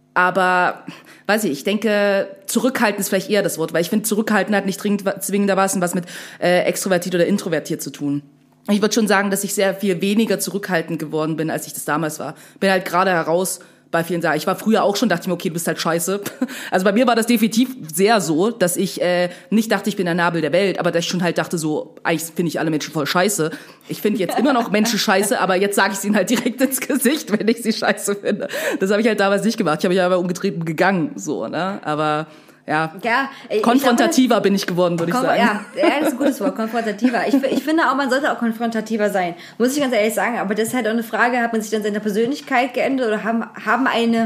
Aber, weiß ich denke, zurückhaltend ist vielleicht eher das Wort, weil ich finde, zurückhaltend hat nicht zwingendermaßen was mit extrovertiert oder introvertiert zu tun. Ich würde schon sagen, dass ich sehr viel weniger zurückhaltend geworden bin, als ich das damals war. Bin halt gerade heraus bei vielen Sachen. Ich war früher auch schon, dachte ich mir, okay, du bist halt scheiße. Also bei mir war das definitiv sehr so, dass ich nicht dachte, ich bin der Nabel der Welt, aber dass ich schon halt dachte, so, eigentlich finde ich alle Menschen voll scheiße. Ich finde jetzt immer noch Menschen scheiße, aber jetzt sage ich es ihnen halt direkt ins Gesicht, wenn ich sie scheiße finde. Das habe ich halt damals nicht gemacht. Ich habe mich aber umgetreten gegangen, so, ne? Aber ja, konfrontativer bin ich geworden, würde ich sagen. Ja, das ist ein gutes Wort, konfrontativer. Ich finde auch, man sollte auch konfrontativer sein. Muss ich ganz ehrlich sagen. Aber das ist halt auch eine Frage, hat man sich dann seine Persönlichkeit geändert oder haben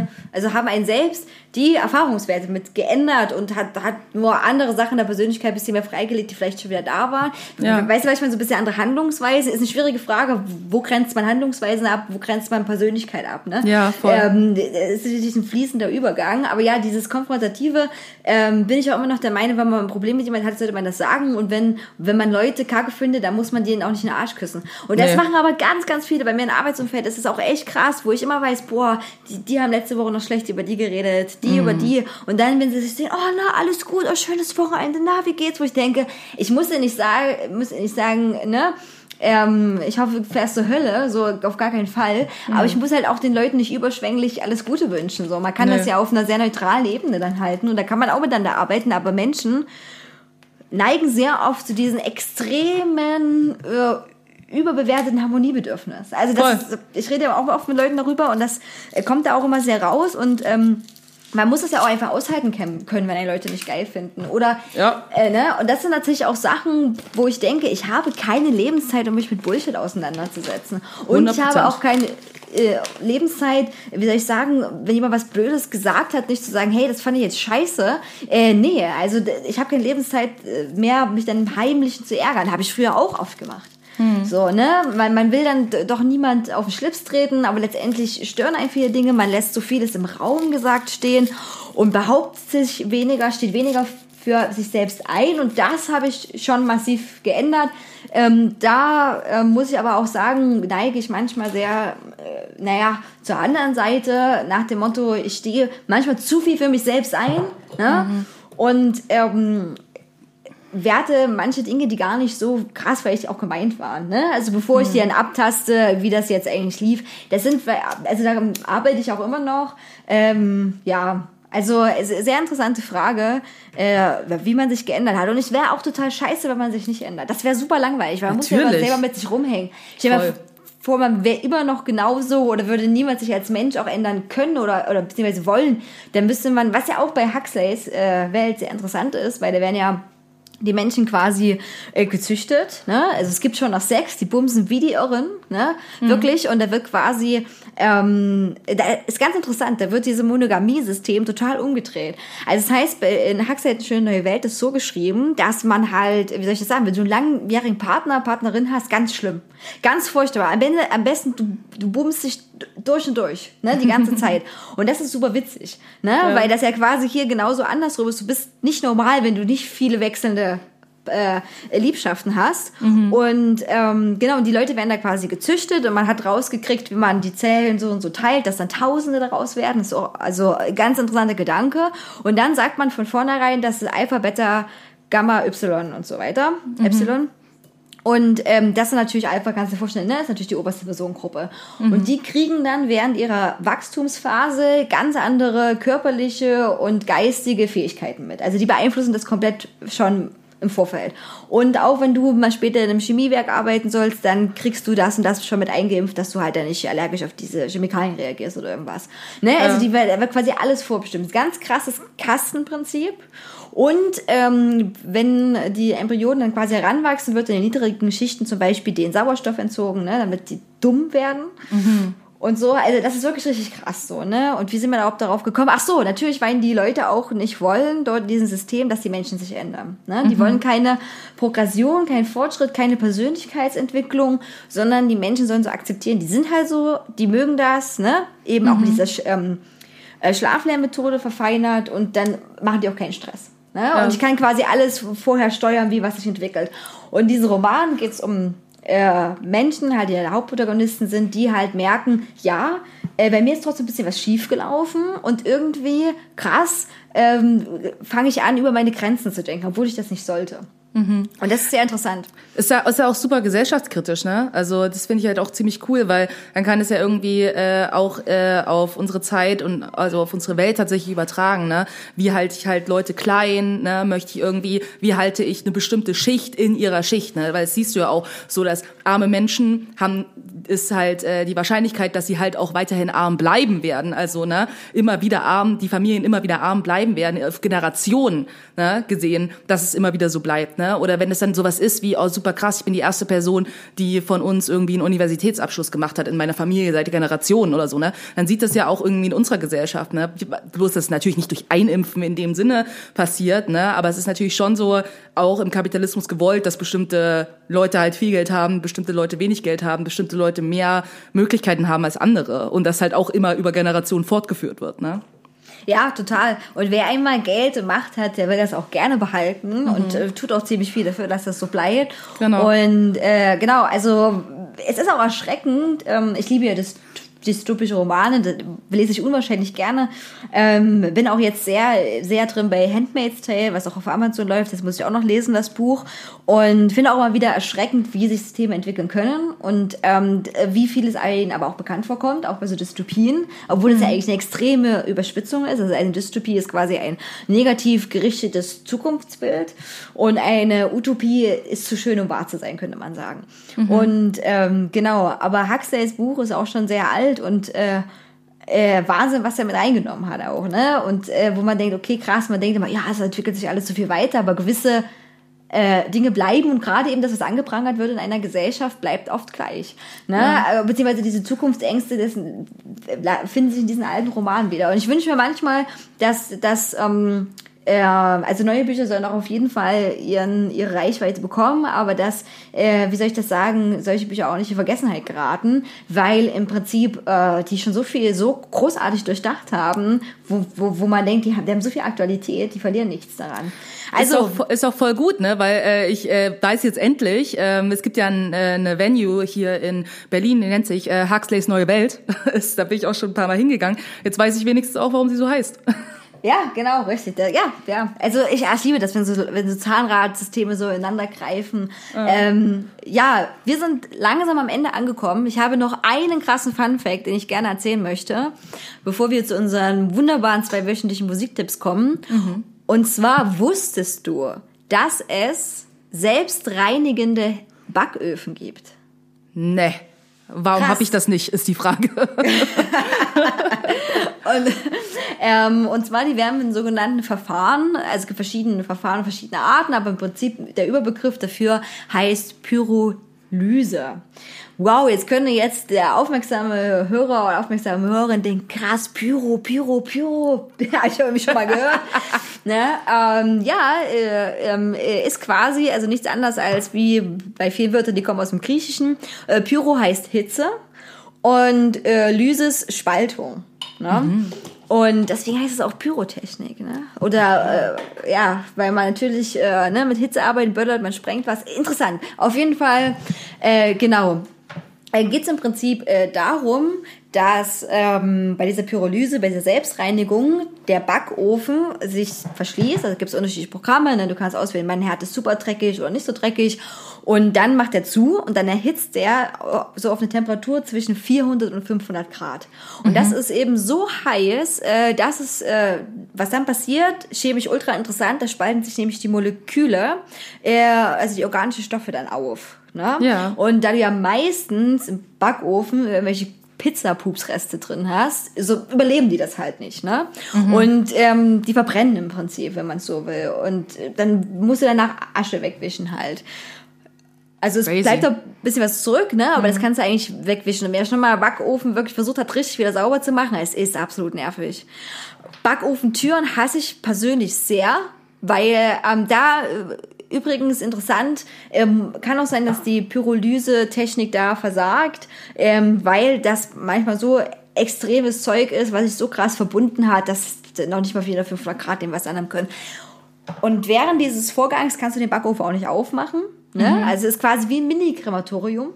einen selbst die Erfahrungswerte mit geändert und hat nur andere Sachen der Persönlichkeit ein bisschen mehr freigelegt, die vielleicht schon wieder da waren. Ja. Weißt du, manchmal so ein bisschen andere Handlungsweise. Ist eine schwierige Frage. Wo grenzt man Handlungsweisen ab? Wo grenzt man Persönlichkeit ab? Ne? Ja, voll. Es ist natürlich ein fließender Übergang. Aber ja, dieses Konfrontative bin ich auch immer noch der Meinung, wenn man ein Problem mit jemandem hat, sollte man das sagen. Und wenn man Leute kacke findet, dann muss man denen auch nicht in den Arsch küssen. Und das machen aber ganz, ganz viele. Bei mir im Arbeitsumfeld ist es auch echt krass, wo ich immer weiß, boah, die haben letzte Woche noch schlecht über die geredet, die über die. Und dann, wenn sie sich sehen, oh, na, alles gut, oh, schönes Wochenende, na, wie geht's? Wo ich denke, ich muss ja nicht sagen, ne, ich hoffe, du fährst zur Hölle, so auf gar keinen Fall. Aber ich muss halt auch den Leuten nicht überschwänglich alles Gute wünschen. So, man kann das ja auf einer sehr neutralen Ebene dann halten und da kann man auch miteinander arbeiten. Aber Menschen neigen sehr oft zu diesen extremen überbewerteten Harmoniebedürfnis. Also ich rede ja auch oft mit Leuten darüber und das kommt da auch immer sehr raus und man muss es ja auch einfach aushalten können, wenn die Leute nicht geil finden. Oder, ne? Und das sind natürlich auch Sachen, wo ich denke, ich habe keine Lebenszeit, um mich mit Bullshit auseinanderzusetzen. Und 100%. Ich habe auch keine Lebenszeit, wie soll ich sagen, wenn jemand was Blödes gesagt hat, nicht zu sagen, hey, das fand ich jetzt scheiße. Nee, also ich habe keine Lebenszeit mehr, mich dann im Heimlichen zu ärgern. Habe ich früher auch oft gemacht. So, ne? Man will dann doch niemand auf den Schlips treten, aber letztendlich stören einen viele Dinge. Man lässt so vieles im Raum gesagt stehen und behauptet sich weniger, steht weniger für sich selbst ein. Und das habe ich schon massiv geändert. Muss ich aber auch sagen, neige ich manchmal sehr, zur anderen Seite, nach dem Motto, ich stehe manchmal zu viel für mich selbst ein. Ne? Und werte manche Dinge, die gar nicht so krass vielleicht auch gemeint waren. Ne? Also bevor ich die dann abtaste, wie das jetzt eigentlich lief, da arbeite ich auch immer noch. Also sehr interessante Frage, wie man sich geändert hat. Und es wäre auch total scheiße, wenn man sich nicht ändert. Das wäre super langweilig, weil man muss ja immer selber mit sich rumhängen. Stell dir mal vor, man wäre immer noch genauso oder würde niemand sich als Mensch auch ändern können oder beziehungsweise wollen. Dann müsste man, was ja auch bei Huxleys Welt sehr interessant ist, weil da werden ja die Menschen quasi gezüchtet, ne? Also es gibt schon noch Sex, die bumsen wie die Irren, ne? Wirklich, und da wird quasi, da ist ganz interessant, da wird dieses Monogamie-System total umgedreht. Also das heißt, in Huxley hat eine schöne neue Welt ist so geschrieben, dass man halt, wie soll ich das sagen, wenn du einen langjährigen Partnerin hast, ganz schlimm, ganz furchtbar. Am besten, du bummst dich durch und durch, ne, die ganze Zeit. Und das ist super witzig, ne, weil das ja quasi hier genauso andersrum ist. Du bist nicht normal, wenn du nicht viele wechselnde Liebschaften hast. Und genau, und die Leute werden da quasi gezüchtet und man hat rausgekriegt, wie man die Zellen so und so teilt, dass dann Tausende daraus werden. Das ist auch, also ganz interessanter Gedanke. Und dann sagt man von vornherein, das ist Alpha, Beta, Gamma, Y und so weiter. Epsilon. Und das ist natürlich einfach, kannst du dir vorstellen, ne? Das ist natürlich die oberste Personengruppe. Und die kriegen dann während ihrer Wachstumsphase ganz andere körperliche und geistige Fähigkeiten mit. Also die beeinflussen das komplett schon im Vorfeld. Und auch wenn du mal später in einem Chemiewerk arbeiten sollst, dann kriegst du das und das schon mit eingeimpft, dass du halt dann nicht allergisch auf diese Chemikalien reagierst oder irgendwas. Ne? Also da wird quasi alles vorbestimmt. Ganz krasses Kastenprinzip. Und wenn die Embryonen dann quasi heranwachsen, wird in den niedrigen Schichten zum Beispiel den Sauerstoff entzogen, ne, damit die dumm werden. Und so, also das ist wirklich richtig krass so, ne? Und wie sind wir überhaupt darauf gekommen? Ach so, natürlich, weil die Leute auch nicht wollen, dort in diesem System, dass die Menschen sich ändern. Ne? Die wollen keine Progression, keinen Fortschritt, keine Persönlichkeitsentwicklung, sondern die Menschen sollen so akzeptieren, die sind halt so, die mögen das, ne? Eben auch mit dieser Schlaflernmethode verfeinert und dann machen die auch keinen Stress. Ne? Ja. Und ich kann quasi alles vorher steuern, wie was sich entwickelt. Und in diesem Roman geht es um Menschen, halt, die der Hauptprotagonisten sind, die halt merken, ja, bei mir ist trotzdem ein bisschen was schiefgelaufen und irgendwie, krass, fange ich an, über meine Grenzen zu denken, obwohl ich das nicht sollte. Und das ist sehr interessant. Ist ja auch super gesellschaftskritisch, ne? Also das finde ich halt auch ziemlich cool, weil dann kann es ja irgendwie auch auf unsere Zeit und also auf unsere Welt tatsächlich übertragen, ne? Wie halte ich halt Leute klein, ne? Wie halte ich eine bestimmte Schicht in ihrer Schicht, ne? Weil das siehst du ja auch so, dass arme Menschen ist halt die Wahrscheinlichkeit, dass sie halt auch weiterhin arm bleiben werden, also ne, immer wieder arm, die Familien immer wieder arm bleiben werden, auf Generationen, ne, gesehen, dass es immer wieder so bleibt, ne? Oder wenn es dann sowas ist wie, oh super krass, ich bin die erste Person, die von uns irgendwie einen Universitätsabschluss gemacht hat in meiner Familie seit Generationen oder so, ne? Dann sieht das ja auch irgendwie in unserer Gesellschaft, ne? Bloß, dass es natürlich nicht durch Einimpfen in dem Sinne passiert, ne? Aber es ist natürlich schon so auch im Kapitalismus gewollt, dass bestimmte Leute halt viel Geld haben, bestimmte Leute wenig Geld haben, bestimmte Leute mehr Möglichkeiten haben als andere und das halt auch immer über Generationen fortgeführt wird, ne? Ja, total. Und wer einmal Geld und Macht hat, der will das auch gerne behalten und tut auch ziemlich viel dafür, dass das so bleibt. Genau. Und genau, also es ist auch erschreckend. Ich liebe ja dystopische Romane, das lese ich unwahrscheinlich gerne. Bin auch jetzt sehr, sehr drin bei Handmaid's Tale, was auch auf Amazon läuft. Das muss ich auch noch lesen, das Buch. Und finde auch mal wieder erschreckend, wie sich Systeme entwickeln können und wie viel es einem aber auch bekannt vorkommt, auch bei so Dystopien, obwohl es ja eigentlich eine extreme Überspitzung ist. Also eine Dystopie ist quasi ein negativ gerichtetes Zukunftsbild und eine Utopie ist zu schön, um wahr zu sein, könnte man sagen. Und genau, aber Huxleys Buch ist auch schon sehr alt und Wahnsinn, was er mit eingenommen hat auch, ne? Und wo man denkt, okay, krass, man denkt immer, ja, es entwickelt sich alles so viel weiter, aber gewisse Dinge bleiben und gerade eben das, was angeprangert wird in einer Gesellschaft, bleibt oft gleich, ne? Ja. Beziehungsweise diese Zukunftsängste, das finden sich in diesen alten Romanen wieder. Und ich wünsche mir manchmal, dass also neue Bücher sollen auch auf jeden Fall ihre Reichweite bekommen, aber dass, wie soll ich das sagen, solche Bücher auch nicht in Vergessenheit geraten, weil im Prinzip die schon so großartig durchdacht haben, wo man denkt, die haben so viel Aktualität, die verlieren nichts daran. Also ist auch voll gut, ne, weil ich weiß jetzt endlich, es gibt ja eine Venue hier in Berlin, die nennt sich Huxleys Neue Welt. Da bin ich auch schon ein paar Mal hingegangen. Jetzt weiß ich wenigstens auch, warum sie so heißt. Ja, genau, richtig. Ja. Also ich liebe das, wenn so Zahnradsysteme so ineinander greifen. Ja, wir sind langsam am Ende angekommen. Ich habe noch einen krassen Funfact, den ich gerne erzählen möchte, bevor wir zu unseren wunderbaren 2-wöchentlichen Musiktipps kommen. Und zwar wusstest du, dass es selbstreinigende Backöfen gibt? Nee. Warum habe ich das nicht, ist die Frage. Und zwar, die werden in sogenannten Verfahren, also es gibt verschiedene Verfahren, verschiedene Arten, aber im Prinzip der Überbegriff dafür heißt Pyrolyse. Wow, jetzt könnte der aufmerksame Hörer oder aufmerksame Hörerin denken, krass, Pyro. Ja, ich habe mich schon mal gehört. Ne? Ist quasi, also nichts anderes als wie bei vielen Wörtern, die kommen aus dem Griechischen. Pyro heißt Hitze und Lysis Spaltung. Ne? Und deswegen heißt es auch Pyrotechnik, ne? Oder weil man natürlich mit Hitze arbeitet, böllert, man sprengt was. Interessant. Auf jeden Fall, genau. Geht es im Prinzip darum, dass bei dieser Pyrolyse, bei dieser Selbstreinigung der Backofen sich verschließt. Also gibt es unterschiedliche Programme. Ne? Du kannst auswählen, mein Herd ist super dreckig oder nicht so dreckig. Und dann macht er zu und dann erhitzt er so auf eine Temperatur zwischen 400 und 500 Grad. Und das ist eben so heiß, dass es, was dann passiert, chemisch ultra interessant, da spalten sich nämlich die Moleküle, also die organischen Stoffe dann auf. Ne? Ja. Und da du ja meistens im Backofen irgendwelche Pizzapupsreste drin hast, so überleben die das halt nicht, ne? Und die verbrennen im Prinzip, wenn man es so will. Und dann musst du danach Asche wegwischen halt. Also es bleibt doch ein bisschen was zurück, ne? Aber das kannst du eigentlich wegwischen. Und wer schon mal Backofen wirklich versucht hat, richtig wieder sauber zu machen, es ist absolut nervig. Backofentüren hasse ich persönlich sehr, weil übrigens interessant, kann auch sein, dass die Pyrolyse-Technik da versagt, weil das manchmal so extremes Zeug ist, was sich so krass verbunden hat, dass noch nicht mal 400, 500 Grad dem was anhaben können. Und während dieses Vorgangs kannst du den Backofen auch nicht aufmachen. Ne? Also es ist quasi wie ein Mini-Krematorium.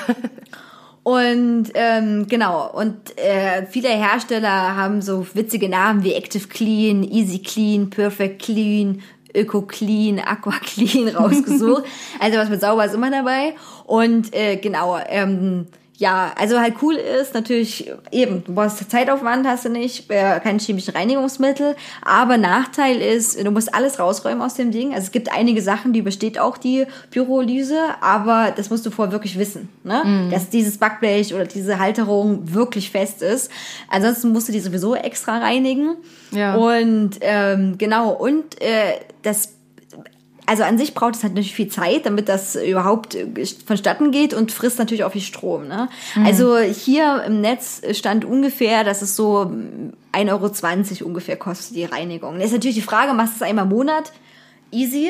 Und genau, und viele Hersteller haben so witzige Namen wie Active Clean, Easy Clean, Perfect Clean, Öko Clean, Aqua Clean rausgesucht. Also was mit sauber ist immer dabei. Und genau, ja, also halt cool ist natürlich eben, du brauchst Zeitaufwand, hast du nicht, keine chemischen Reinigungsmittel, aber Nachteil ist, du musst alles rausräumen aus dem Ding. Also es gibt einige Sachen, die übersteht auch die Pyrolyse, aber das musst du vorher wirklich wissen, ne? Dass dieses Backblech oder diese Halterung wirklich fest ist. Ansonsten musst du die sowieso extra reinigen. Ja. Und genau, und also an sich braucht es halt natürlich viel Zeit, damit das überhaupt vonstatten geht und frisst natürlich auch viel Strom. Ne? Also hier im Netz stand ungefähr, dass es so 1,20 € ungefähr kostet, die Reinigung. Das ist natürlich die Frage, machst du es einmal im Monat? Easy.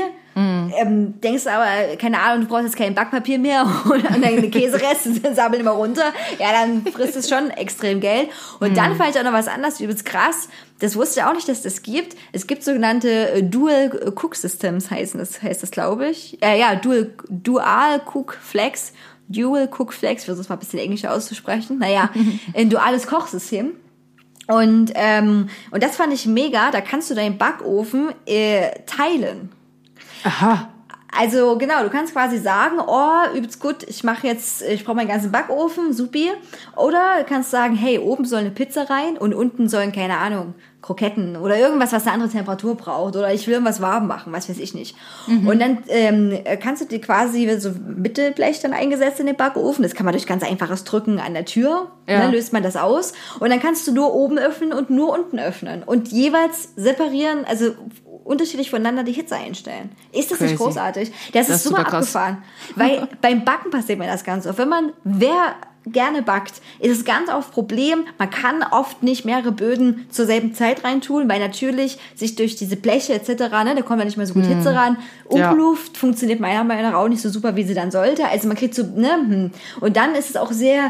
Denkst aber, keine Ahnung, du brauchst jetzt kein Backpapier mehr und deine Käsereste sammeln immer runter. Ja, dann frisst es schon extrem Geld. Und dann vielleicht auch noch was anderes, übelst krass. Das wusste ich auch nicht, dass das gibt. Es gibt sogenannte Dual Cook Systems, heißt das, glaube ich. Ja, Dual Cook Flex. Dual Cook Flex, ich versuche es mal ein bisschen englischer auszusprechen. Naja, ein duales Kochsystem. Und das fand ich mega. Da kannst du deinen Backofen teilen. Aha. Also genau, du kannst quasi sagen, oh, übelst gut, ich brauche meinen ganzen Backofen, supi. Oder du kannst sagen, hey, oben soll eine Pizza rein und unten sollen, keine Ahnung, Kroketten oder irgendwas, was eine andere Temperatur braucht. Oder ich will irgendwas warm machen, was weiß ich nicht. Und dann kannst du dir quasi so Mittelblech dann eingesetzt in den Backofen. Das kann man durch ganz einfaches Drücken an der Tür. Ja. Dann löst man das aus. Und dann kannst du nur oben öffnen und nur unten öffnen. Und jeweils separieren, also unterschiedlich voneinander die Hitze einstellen. Ist das nicht großartig? Das ist super abgefahren. Weil beim Backen passiert mir das ganz oft. Wer gerne backt, ist es ganz oft Problem, man kann oft nicht mehrere Böden zur selben Zeit reintun, weil natürlich sich durch diese Bleche etc., ne, da kommt ja nicht mehr so gut Hitze ran. Umluft funktioniert meiner Meinung nach auch nicht so super, wie sie dann sollte. Also man kriegt so, und dann ist es auch sehr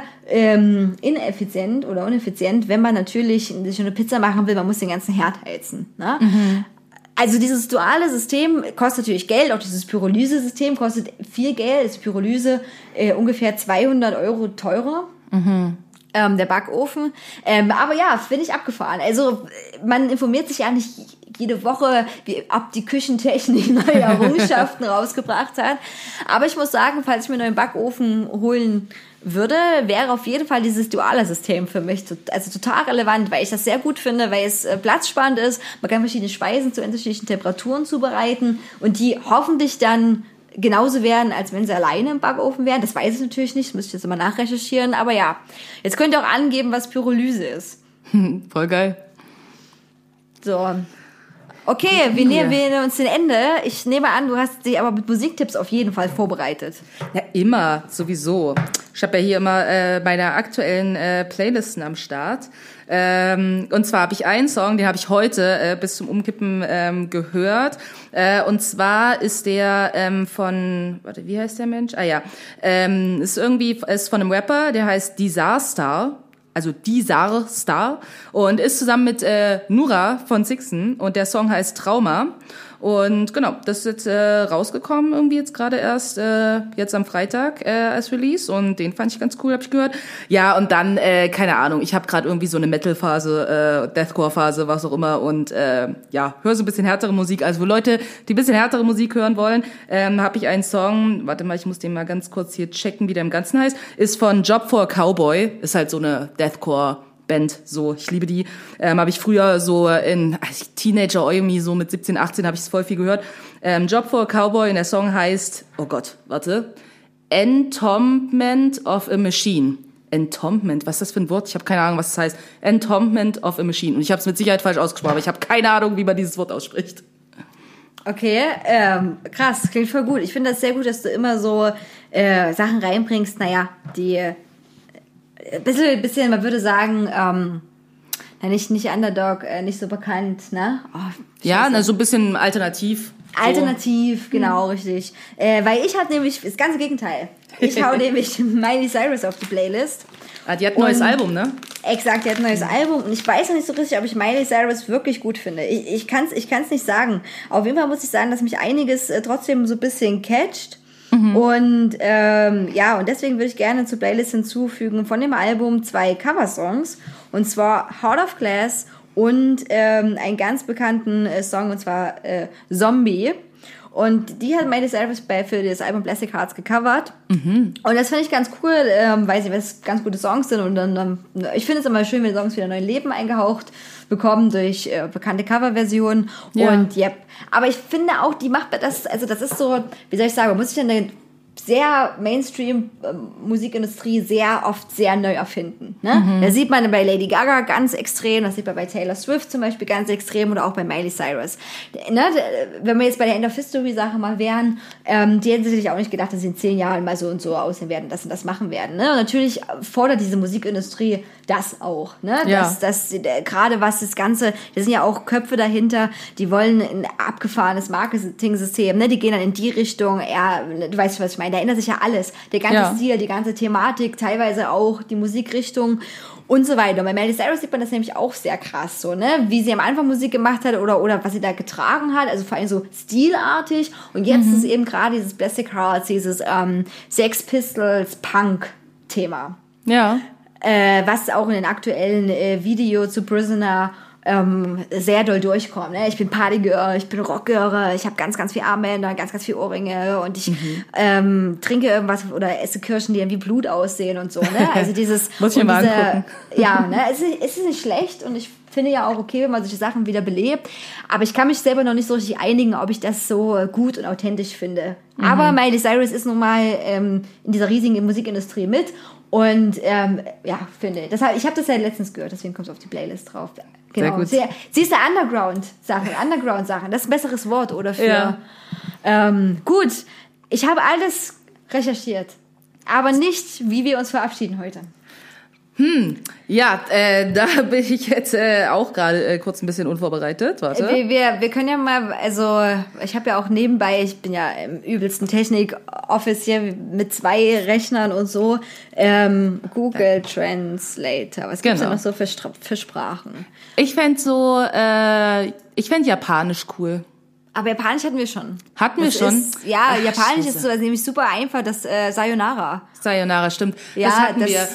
ineffizient oder uneffizient, wenn man natürlich sich eine Pizza machen will, man muss den ganzen Herd heizen. Ne? Also dieses duale System kostet natürlich Geld, auch dieses Pyrolyse-System kostet viel Geld, ist Pyrolyse ungefähr 200 € teurer, der Backofen. Aber ja, finde ich abgefahren. Also man informiert sich ja nicht jede Woche, ob die Küchentechnik neue Errungenschaften rausgebracht hat. Aber ich muss sagen, falls ich mir einen neuen Backofen holen würde, wäre auf jeden Fall dieses duale System für mich total relevant, weil ich das sehr gut finde, weil es platzsparend ist. Man kann verschiedene Speisen zu unterschiedlichen Temperaturen zubereiten und die hoffentlich dann genauso werden, als wenn sie alleine im Backofen wären. Das weiß ich natürlich nicht, das müsste ich jetzt immer nachrecherchieren. Aber ja, jetzt könnt ihr auch angeben, was Pyrolyse ist. Voll geil. So. Okay, wir nähern uns dem Ende. Ich nehme an, du hast dich aber mit Musiktipps auf jeden Fall vorbereitet. Ja, immer, sowieso. Ich habe ja hier immer meine aktuellen Playlisten am Start. Und zwar habe ich einen Song, den habe ich heute bis zum Umkippen gehört. Und zwar ist der von, wie heißt der Mensch? Ist von einem Rapper, der heißt Disaster. Also Disaster, und ist zusammen mit Nura von Sixten und der Song heißt Trauma. Und genau, das ist jetzt rausgekommen, irgendwie jetzt gerade erst, jetzt am Freitag als Release. Und den fand ich ganz cool, habe ich gehört. Ja, und dann, keine Ahnung, ich habe gerade irgendwie so eine Metal-Phase, Deathcore-Phase, was auch immer. Und ja, höre so ein bisschen härtere Musik. Also für Leute, die ein bisschen härtere Musik hören wollen, habe ich einen Song, warte mal, ich muss den mal ganz kurz hier checken, wie der im Ganzen heißt, ist von Job for a Cowboy, ist halt so eine Deathcore-Band, so, ich liebe die, habe ich früher so als Teenager irgendwie so mit 17, 18 habe ich es voll viel gehört, Job for a Cowboy und der Song heißt, oh Gott, warte, Entombment of a Machine. Entombment, was ist das für ein Wort? Ich habe keine Ahnung, was das heißt. Entombment of a Machine. Und ich habe es mit Sicherheit falsch ausgesprochen, aber ich habe keine Ahnung, wie man dieses Wort ausspricht. Okay, krass, klingt voll gut. Ich finde das sehr gut, dass du immer so Sachen reinbringst, naja, die bisschen, man würde sagen, nicht Underdog, nicht so bekannt, ne? Oh, ja, so ein bisschen alternativ. Alternativ, genau, richtig. Weil ich habe nämlich das ganze Gegenteil. Ich hau nämlich Miley Cyrus auf die Playlist. Ah, die hat ein neues Album, ne? Exakt, die hat ein neues Album. Und ich weiß noch nicht so richtig, ob ich Miley Cyrus wirklich gut finde. Ich kann's nicht sagen. Auf jeden Fall muss ich sagen, dass mich einiges trotzdem so ein bisschen catcht. Und ja, und deswegen würde ich gerne zur Playlist hinzufügen von dem Album 2 Coversongs. Und zwar Heart of Glass und einen ganz bekannten Song, und zwar Zombie. Und die hat Miley Cyrus für das Album Plastic Hearts gecovert. Und das finde ich ganz cool, weil es ganz gute Songs sind. Und dann ich finde es immer schön, wenn Songs wieder neuen Leben eingehaucht bekommen durch bekannte Coverversionen. Ja. Und yep. Aber ich finde auch, die macht das, also das ist so, wie soll ich sagen, man muss sich in der sehr Mainstream-Musikindustrie sehr oft sehr neu erfinden. Ne? Das sieht man bei Lady Gaga ganz extrem, das sieht man bei Taylor Swift zum Beispiel ganz extrem oder auch bei Miley Cyrus. Ne? Wenn wir jetzt bei der End of History-Sache mal wären, die hätten sicherlich auch nicht gedacht, dass sie in 10 Jahren mal so und so aussehen werden, das und das machen werden. Ne? Und natürlich fordert diese Musikindustrie das auch. Ne? Ja. Gerade was das Ganze, da sind ja auch Köpfe dahinter, die wollen ein abgefahrenes Marketing-System, ne? Die gehen dann in die Richtung, du weißt, was ich meine, da ändert sich ja alles. Der ganze Stil, die ganze Thematik, teilweise auch die Musikrichtung und so weiter. Und bei Miley Cyrus sieht man das nämlich auch sehr krass, so, ne? Wie sie am Anfang Musik gemacht hat oder was sie da getragen hat, also vor allem so stilartig. Und jetzt ist eben gerade dieses Plastic Hearts, dieses Sex Pistols Punk-Thema. Ja. Was auch in den aktuellen Video zu Prisoner sehr doll durchkommt. Ne? Ich bin Partygirl, ich bin Rockgirl, ich habe ganz, ganz viel Armbänder, ganz, ganz viel Ohrringe und ich trinke irgendwas oder esse Kirschen, die wie Blut aussehen und so. Ne? Also dieses Muss ich mir mal angucken. Ja, ne? Es ist nicht schlecht und ich finde ja auch okay, wenn man solche Sachen wieder belebt. Aber ich kann mich selber noch nicht so richtig einigen, ob ich das so gut und authentisch finde. Aber Miley Cyrus ist nun mal in dieser riesigen Musikindustrie mit. Und ja, finde ich. Ich habe das ja letztens gehört, deswegen kommt es auf die Playlist drauf. Genau. Sehr gut. Siehst du, Underground-Sachen, das ist ein besseres Wort, oder für... Ja. Gut, ich habe alles recherchiert, aber nicht, wie wir uns verabschieden heute. Ja, da bin ich jetzt auch gerade kurz ein bisschen unvorbereitet. Warte. Wir können ja mal, also ich habe ja auch nebenbei, ich bin ja im übelsten Technik-Office hier mit 2 Rechnern und so, Google Translator. Was gibt's denn noch so für Sprachen? Ich fände Japanisch cool. Aber Japanisch hatten wir schon. Hatten wir schon? Ja, Japanisch ist so, also nämlich super einfach, das Sayonara. Sayonara, stimmt. Ja, das hatten wir.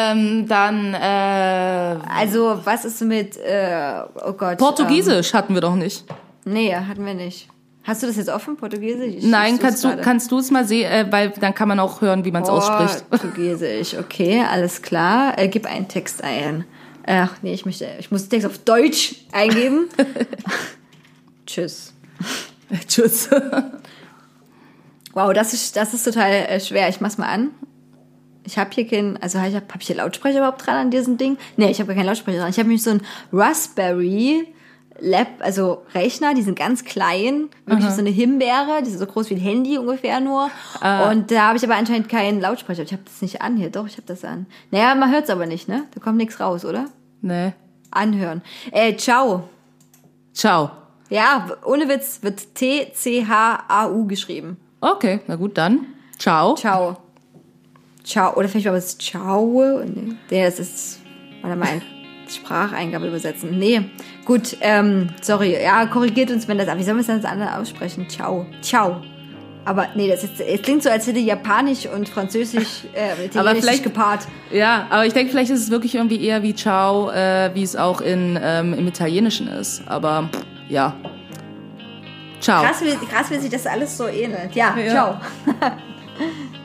Also, was ist mit, oh Gott. Portugiesisch hatten wir doch nicht. Nee, hatten wir nicht. Hast du das jetzt offen, Portugiesisch? Nein, kannst du es mal sehen, weil dann kann man auch hören, wie man es ausspricht. Portugiesisch, okay, alles klar. Gib einen Text ein. Ach nee, ich muss den Text auf Deutsch eingeben. Tschüss. Tschüss. Wow, das ist total schwer. Ich mach's mal an. Ich habe hier hab ich hier Lautsprecher überhaupt dran an diesem Ding? Nee, ich habe gar keinen Lautsprecher dran. Ich habe nämlich so einen Raspberry Rechner, die sind ganz klein, wirklich so eine Himbeere, die sind so groß wie ein Handy ungefähr nur. Und da habe ich aber anscheinend keinen Lautsprecher. Ich habe das nicht an hier. Doch, ich habe das an. Naja, man hört's aber nicht, ne? Da kommt nichts raus, oder? Nee. Anhören. Ciao. Ciao. Ja, ohne Witz wird T-C-H-A-U geschrieben. Okay, na gut, dann. Ciao. Ciao. Ciao. Oder vielleicht war es Ciao. Nee, das ist, warte mal. Spracheingabe übersetzen. Nee, gut, sorry. Ja, korrigiert uns, wenn das... Wie sollen wir es denn das andere aussprechen? Ciao. Ciao. Aber nee, es klingt so, als hätte Japanisch und Französisch Italienisch sich gepaart. Ja, aber ich denke, vielleicht ist es wirklich irgendwie eher wie Ciao, wie es auch im Italienischen ist. Aber ja. Ciao. Krass, wie sich das alles so ähnelt. Ja. Ciao.